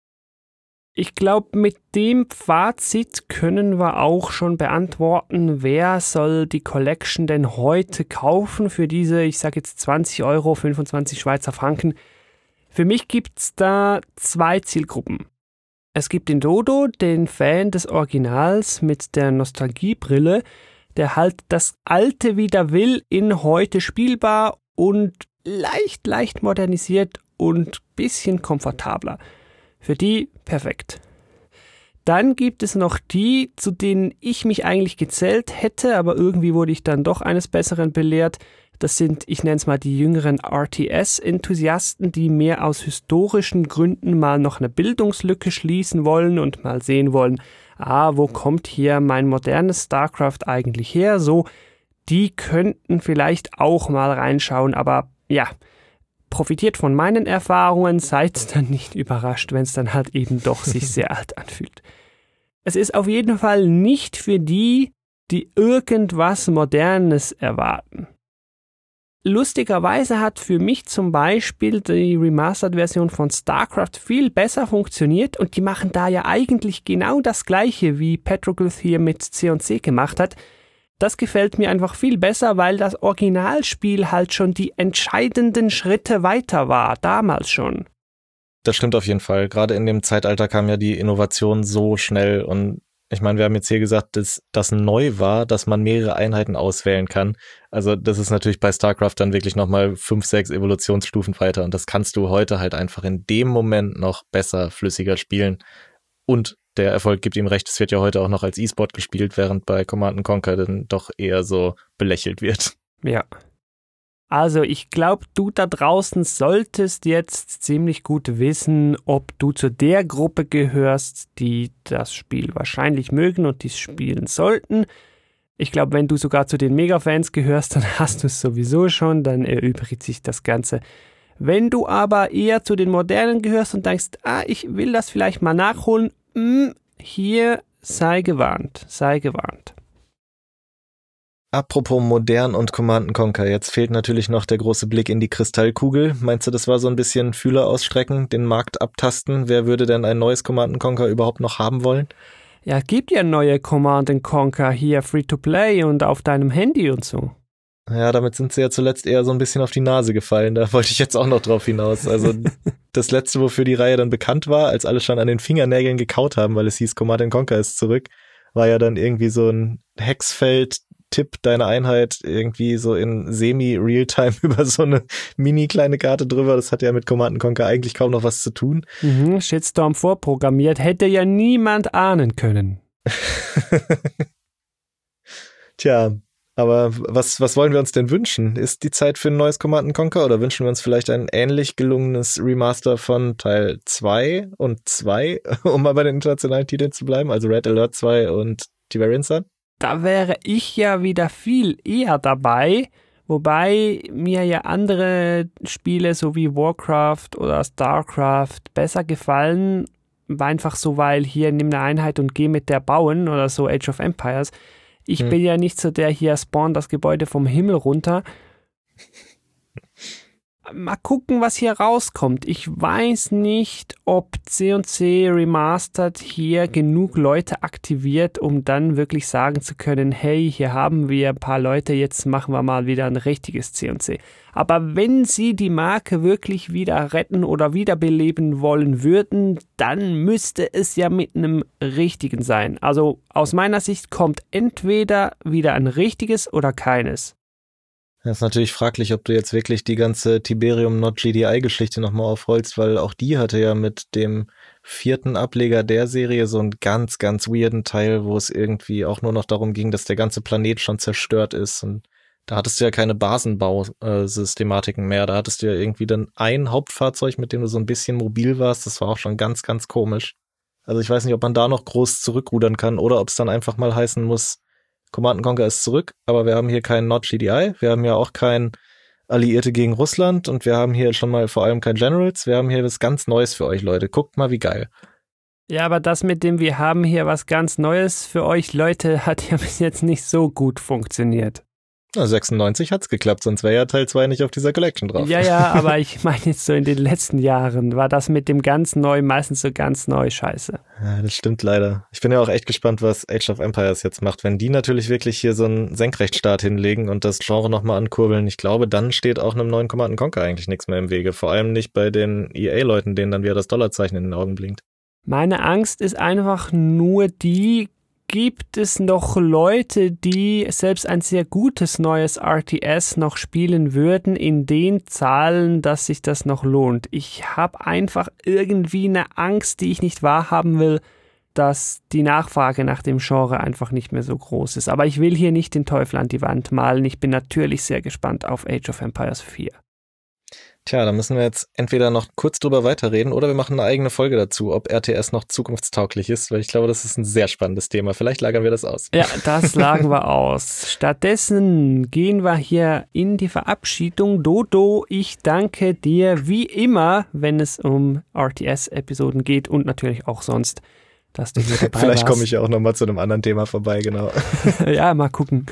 Ich glaube, mit dem Fazit können wir auch schon beantworten, wer soll die Collection denn heute kaufen für diese, ich sage jetzt 20 Euro, 25 Schweizer Franken. Für mich gibt es da 2 Zielgruppen. Es gibt den Dodo, den Fan des Originals mit der Nostalgiebrille, der halt das Alte wieder will, in heute spielbar und leicht modernisiert und bisschen komfortabler. Für die perfekt. Dann gibt es noch die, zu denen ich mich eigentlich gezählt hätte, aber irgendwie wurde ich dann doch eines Besseren belehrt. Das sind, ich nenne es mal die jüngeren RTS-Enthusiasten, die mehr aus historischen Gründen mal noch eine Bildungslücke schließen wollen und mal sehen wollen, wo kommt hier mein modernes StarCraft eigentlich her? So, die könnten vielleicht auch mal reinschauen, aber ja, profitiert von meinen Erfahrungen, seid dann nicht überrascht, wenn es dann halt eben doch sich sehr alt anfühlt. Es ist auf jeden Fall nicht für die, die irgendwas Modernes erwarten. Lustigerweise hat für mich zum Beispiel die Remastered-Version von StarCraft viel besser funktioniert und die machen da ja eigentlich genau das Gleiche, wie Petroglyph hier mit C&C gemacht hat. Das gefällt mir einfach viel besser, weil das Originalspiel halt schon die entscheidenden Schritte weiter war, damals schon. Das stimmt auf jeden Fall. Gerade in dem Zeitalter kam ja die Innovation so schnell und ich meine, wir haben jetzt hier gesagt, dass das neu war, dass man mehrere Einheiten auswählen kann. Also das ist natürlich bei StarCraft dann wirklich nochmal 5, 6 Evolutionsstufen weiter und das kannst du heute halt einfach in dem Moment noch besser, flüssiger spielen. Und der Erfolg gibt ihm recht, es wird ja heute auch noch als E-Sport gespielt, während bei Command & Conquer dann doch eher so belächelt wird. Ja. Also ich glaube, du da draußen solltest jetzt ziemlich gut wissen, ob du zu der Gruppe gehörst, die das Spiel wahrscheinlich mögen und dies spielen sollten. Ich glaube, wenn du sogar zu den Mega-Fans gehörst, dann hast du es sowieso schon, dann erübrigt sich das Ganze. Wenn du aber eher zu den Modernen gehörst und denkst, ich will das vielleicht mal nachholen, hier sei gewarnt, sei gewarnt. Apropos modern und Command & Conquer, jetzt fehlt natürlich noch der große Blick in die Kristallkugel. Meinst du, das war so ein bisschen Fühler ausstrecken, den Markt abtasten? Wer würde denn ein neues Command & Conquer überhaupt noch haben wollen? Ja, es gibt ja neue Command & Conquer hier Free-to-Play und auf deinem Handy und so. Ja, damit sind sie ja zuletzt eher so ein bisschen auf die Nase gefallen. Da wollte ich jetzt auch noch drauf hinaus. Also das letzte, wofür die Reihe dann bekannt war, als alle schon an den Fingernägeln gekaut haben, weil es hieß, Command & Conquer ist zurück, war ja dann irgendwie so ein Hexfeld-Tipp deine Einheit irgendwie so in semi-Realtime über so eine mini-kleine Karte drüber. Das hat ja mit Command & Conquer eigentlich kaum noch was zu tun. Shitstorm vorprogrammiert, hätte ja niemand ahnen können. Tja, aber was wollen wir uns denn wünschen? Ist die Zeit für ein neues Command & Conquer oder wünschen wir uns vielleicht ein ähnlich gelungenes Remaster von Teil 2 und 2, um mal bei den internationalen Titeln zu bleiben, also Red Alert 2 und Tiberian Sun? Da wäre ich ja wieder viel eher dabei, wobei mir ja andere Spiele so wie Warcraft oder Starcraft besser gefallen, einfach so, weil hier nimm eine Einheit und geh mit der bauen oder so Age of Empires. Ich bin ja nicht so der hier spawn das Gebäude vom Himmel runter. Mal gucken, was hier rauskommt. Ich weiß nicht, ob C&C Remastered hier genug Leute aktiviert, um dann wirklich sagen zu können, hey, hier haben wir ein paar Leute, jetzt machen wir mal wieder ein richtiges C&C. Aber wenn sie die Marke wirklich wieder retten oder wiederbeleben wollen würden, dann müsste es ja mit einem richtigen sein. Also aus meiner Sicht kommt entweder wieder ein richtiges oder keines. Das ist natürlich fraglich, ob du jetzt wirklich die ganze Tiberium Not GDI-Geschichte nochmal aufrollst, weil auch die hatte ja mit dem 4. Ableger der Serie so einen ganz, ganz weirden Teil, wo es irgendwie auch nur noch darum ging, dass der ganze Planet schon zerstört ist. Und da hattest du ja keine Basenbausystematiken mehr. Da hattest du ja irgendwie dann ein Hauptfahrzeug, mit dem du so ein bisschen mobil warst. Das war auch schon ganz, ganz komisch. Also ich weiß nicht, ob man da noch groß zurückrudern kann oder ob es dann einfach mal heißen muss, Command & Conquer ist zurück, aber wir haben hier keinen Not GDI, wir haben ja auch kein Alliierte gegen Russland und wir haben hier schon mal vor allem kein Generals, wir haben hier was ganz Neues für euch, Leute. Guckt mal, wie geil. Ja, aber das mit dem wir haben hier was ganz Neues für euch, Leute, hat ja bis jetzt nicht so gut funktioniert. Na, 96 hat's geklappt, sonst wäre ja Teil 2 nicht auf dieser Collection drauf. Ja, aber ich meine jetzt so in den letzten Jahren war das mit dem ganz neu meistens so ganz neu scheiße. Ja, das stimmt leider. Ich bin ja auch echt gespannt, was Age of Empires jetzt macht. Wenn die natürlich wirklich hier so einen Senkrechtstart hinlegen und das Genre nochmal ankurbeln, ich glaube, dann steht auch einem neuen Command & Conquer eigentlich nichts mehr im Wege. Vor allem nicht bei den EA-Leuten, denen dann wieder das Dollarzeichen in den Augen blinkt. Meine Angst ist einfach nur die, gibt es noch Leute, die selbst ein sehr gutes neues RTS noch spielen würden, in den Zahlen, dass sich das noch lohnt. Ich habe einfach irgendwie eine Angst, die ich nicht wahrhaben will, dass die Nachfrage nach dem Genre einfach nicht mehr so groß ist. Aber ich will hier nicht den Teufel an die Wand malen. Ich bin natürlich sehr gespannt auf Age of Empires 4. Tja, da müssen wir jetzt entweder noch kurz drüber weiterreden oder wir machen eine eigene Folge dazu, ob RTS noch zukunftstauglich ist, weil ich glaube, das ist ein sehr spannendes Thema. Vielleicht lagern wir das aus. Ja, das lagern wir aus. Stattdessen gehen wir hier in die Verabschiedung. Dodo, ich danke dir wie immer, wenn es um RTS-Episoden geht und natürlich auch sonst, dass du hier dabei warst. Vielleicht komme ich ja auch nochmal zu einem anderen Thema vorbei, genau. Ja, mal gucken.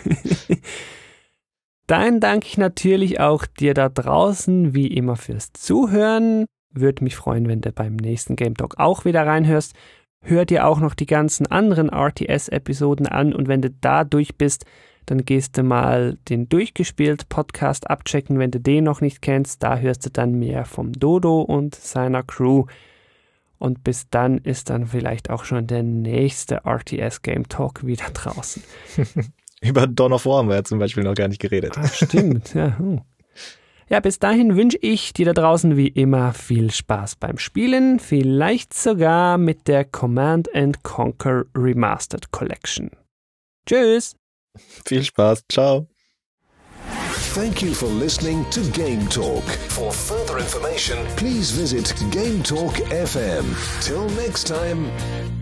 Dann danke ich natürlich auch dir da draußen, wie immer, fürs Zuhören. Würde mich freuen, wenn du beim nächsten Game Talk auch wieder reinhörst. Hör dir auch noch die ganzen anderen RTS-Episoden an und wenn du da durch bist, dann gehst du mal den Durchgespielt-Podcast abchecken, wenn du den noch nicht kennst. Da hörst du dann mehr vom Dodo und seiner Crew. Und bis dann ist dann vielleicht auch schon der nächste RTS Game Talk wieder draußen. Über Dawn of War haben wir ja zum Beispiel noch gar nicht geredet. Ah, stimmt, ja. Ja, bis dahin wünsche ich dir da draußen wie immer viel Spaß beim Spielen, vielleicht sogar mit der Command & Conquer Remastered Collection. Tschüss! Viel Spaß, ciao! Thank you for listening to Game Talk. For further information, please visit Game Talk FM. Till next time.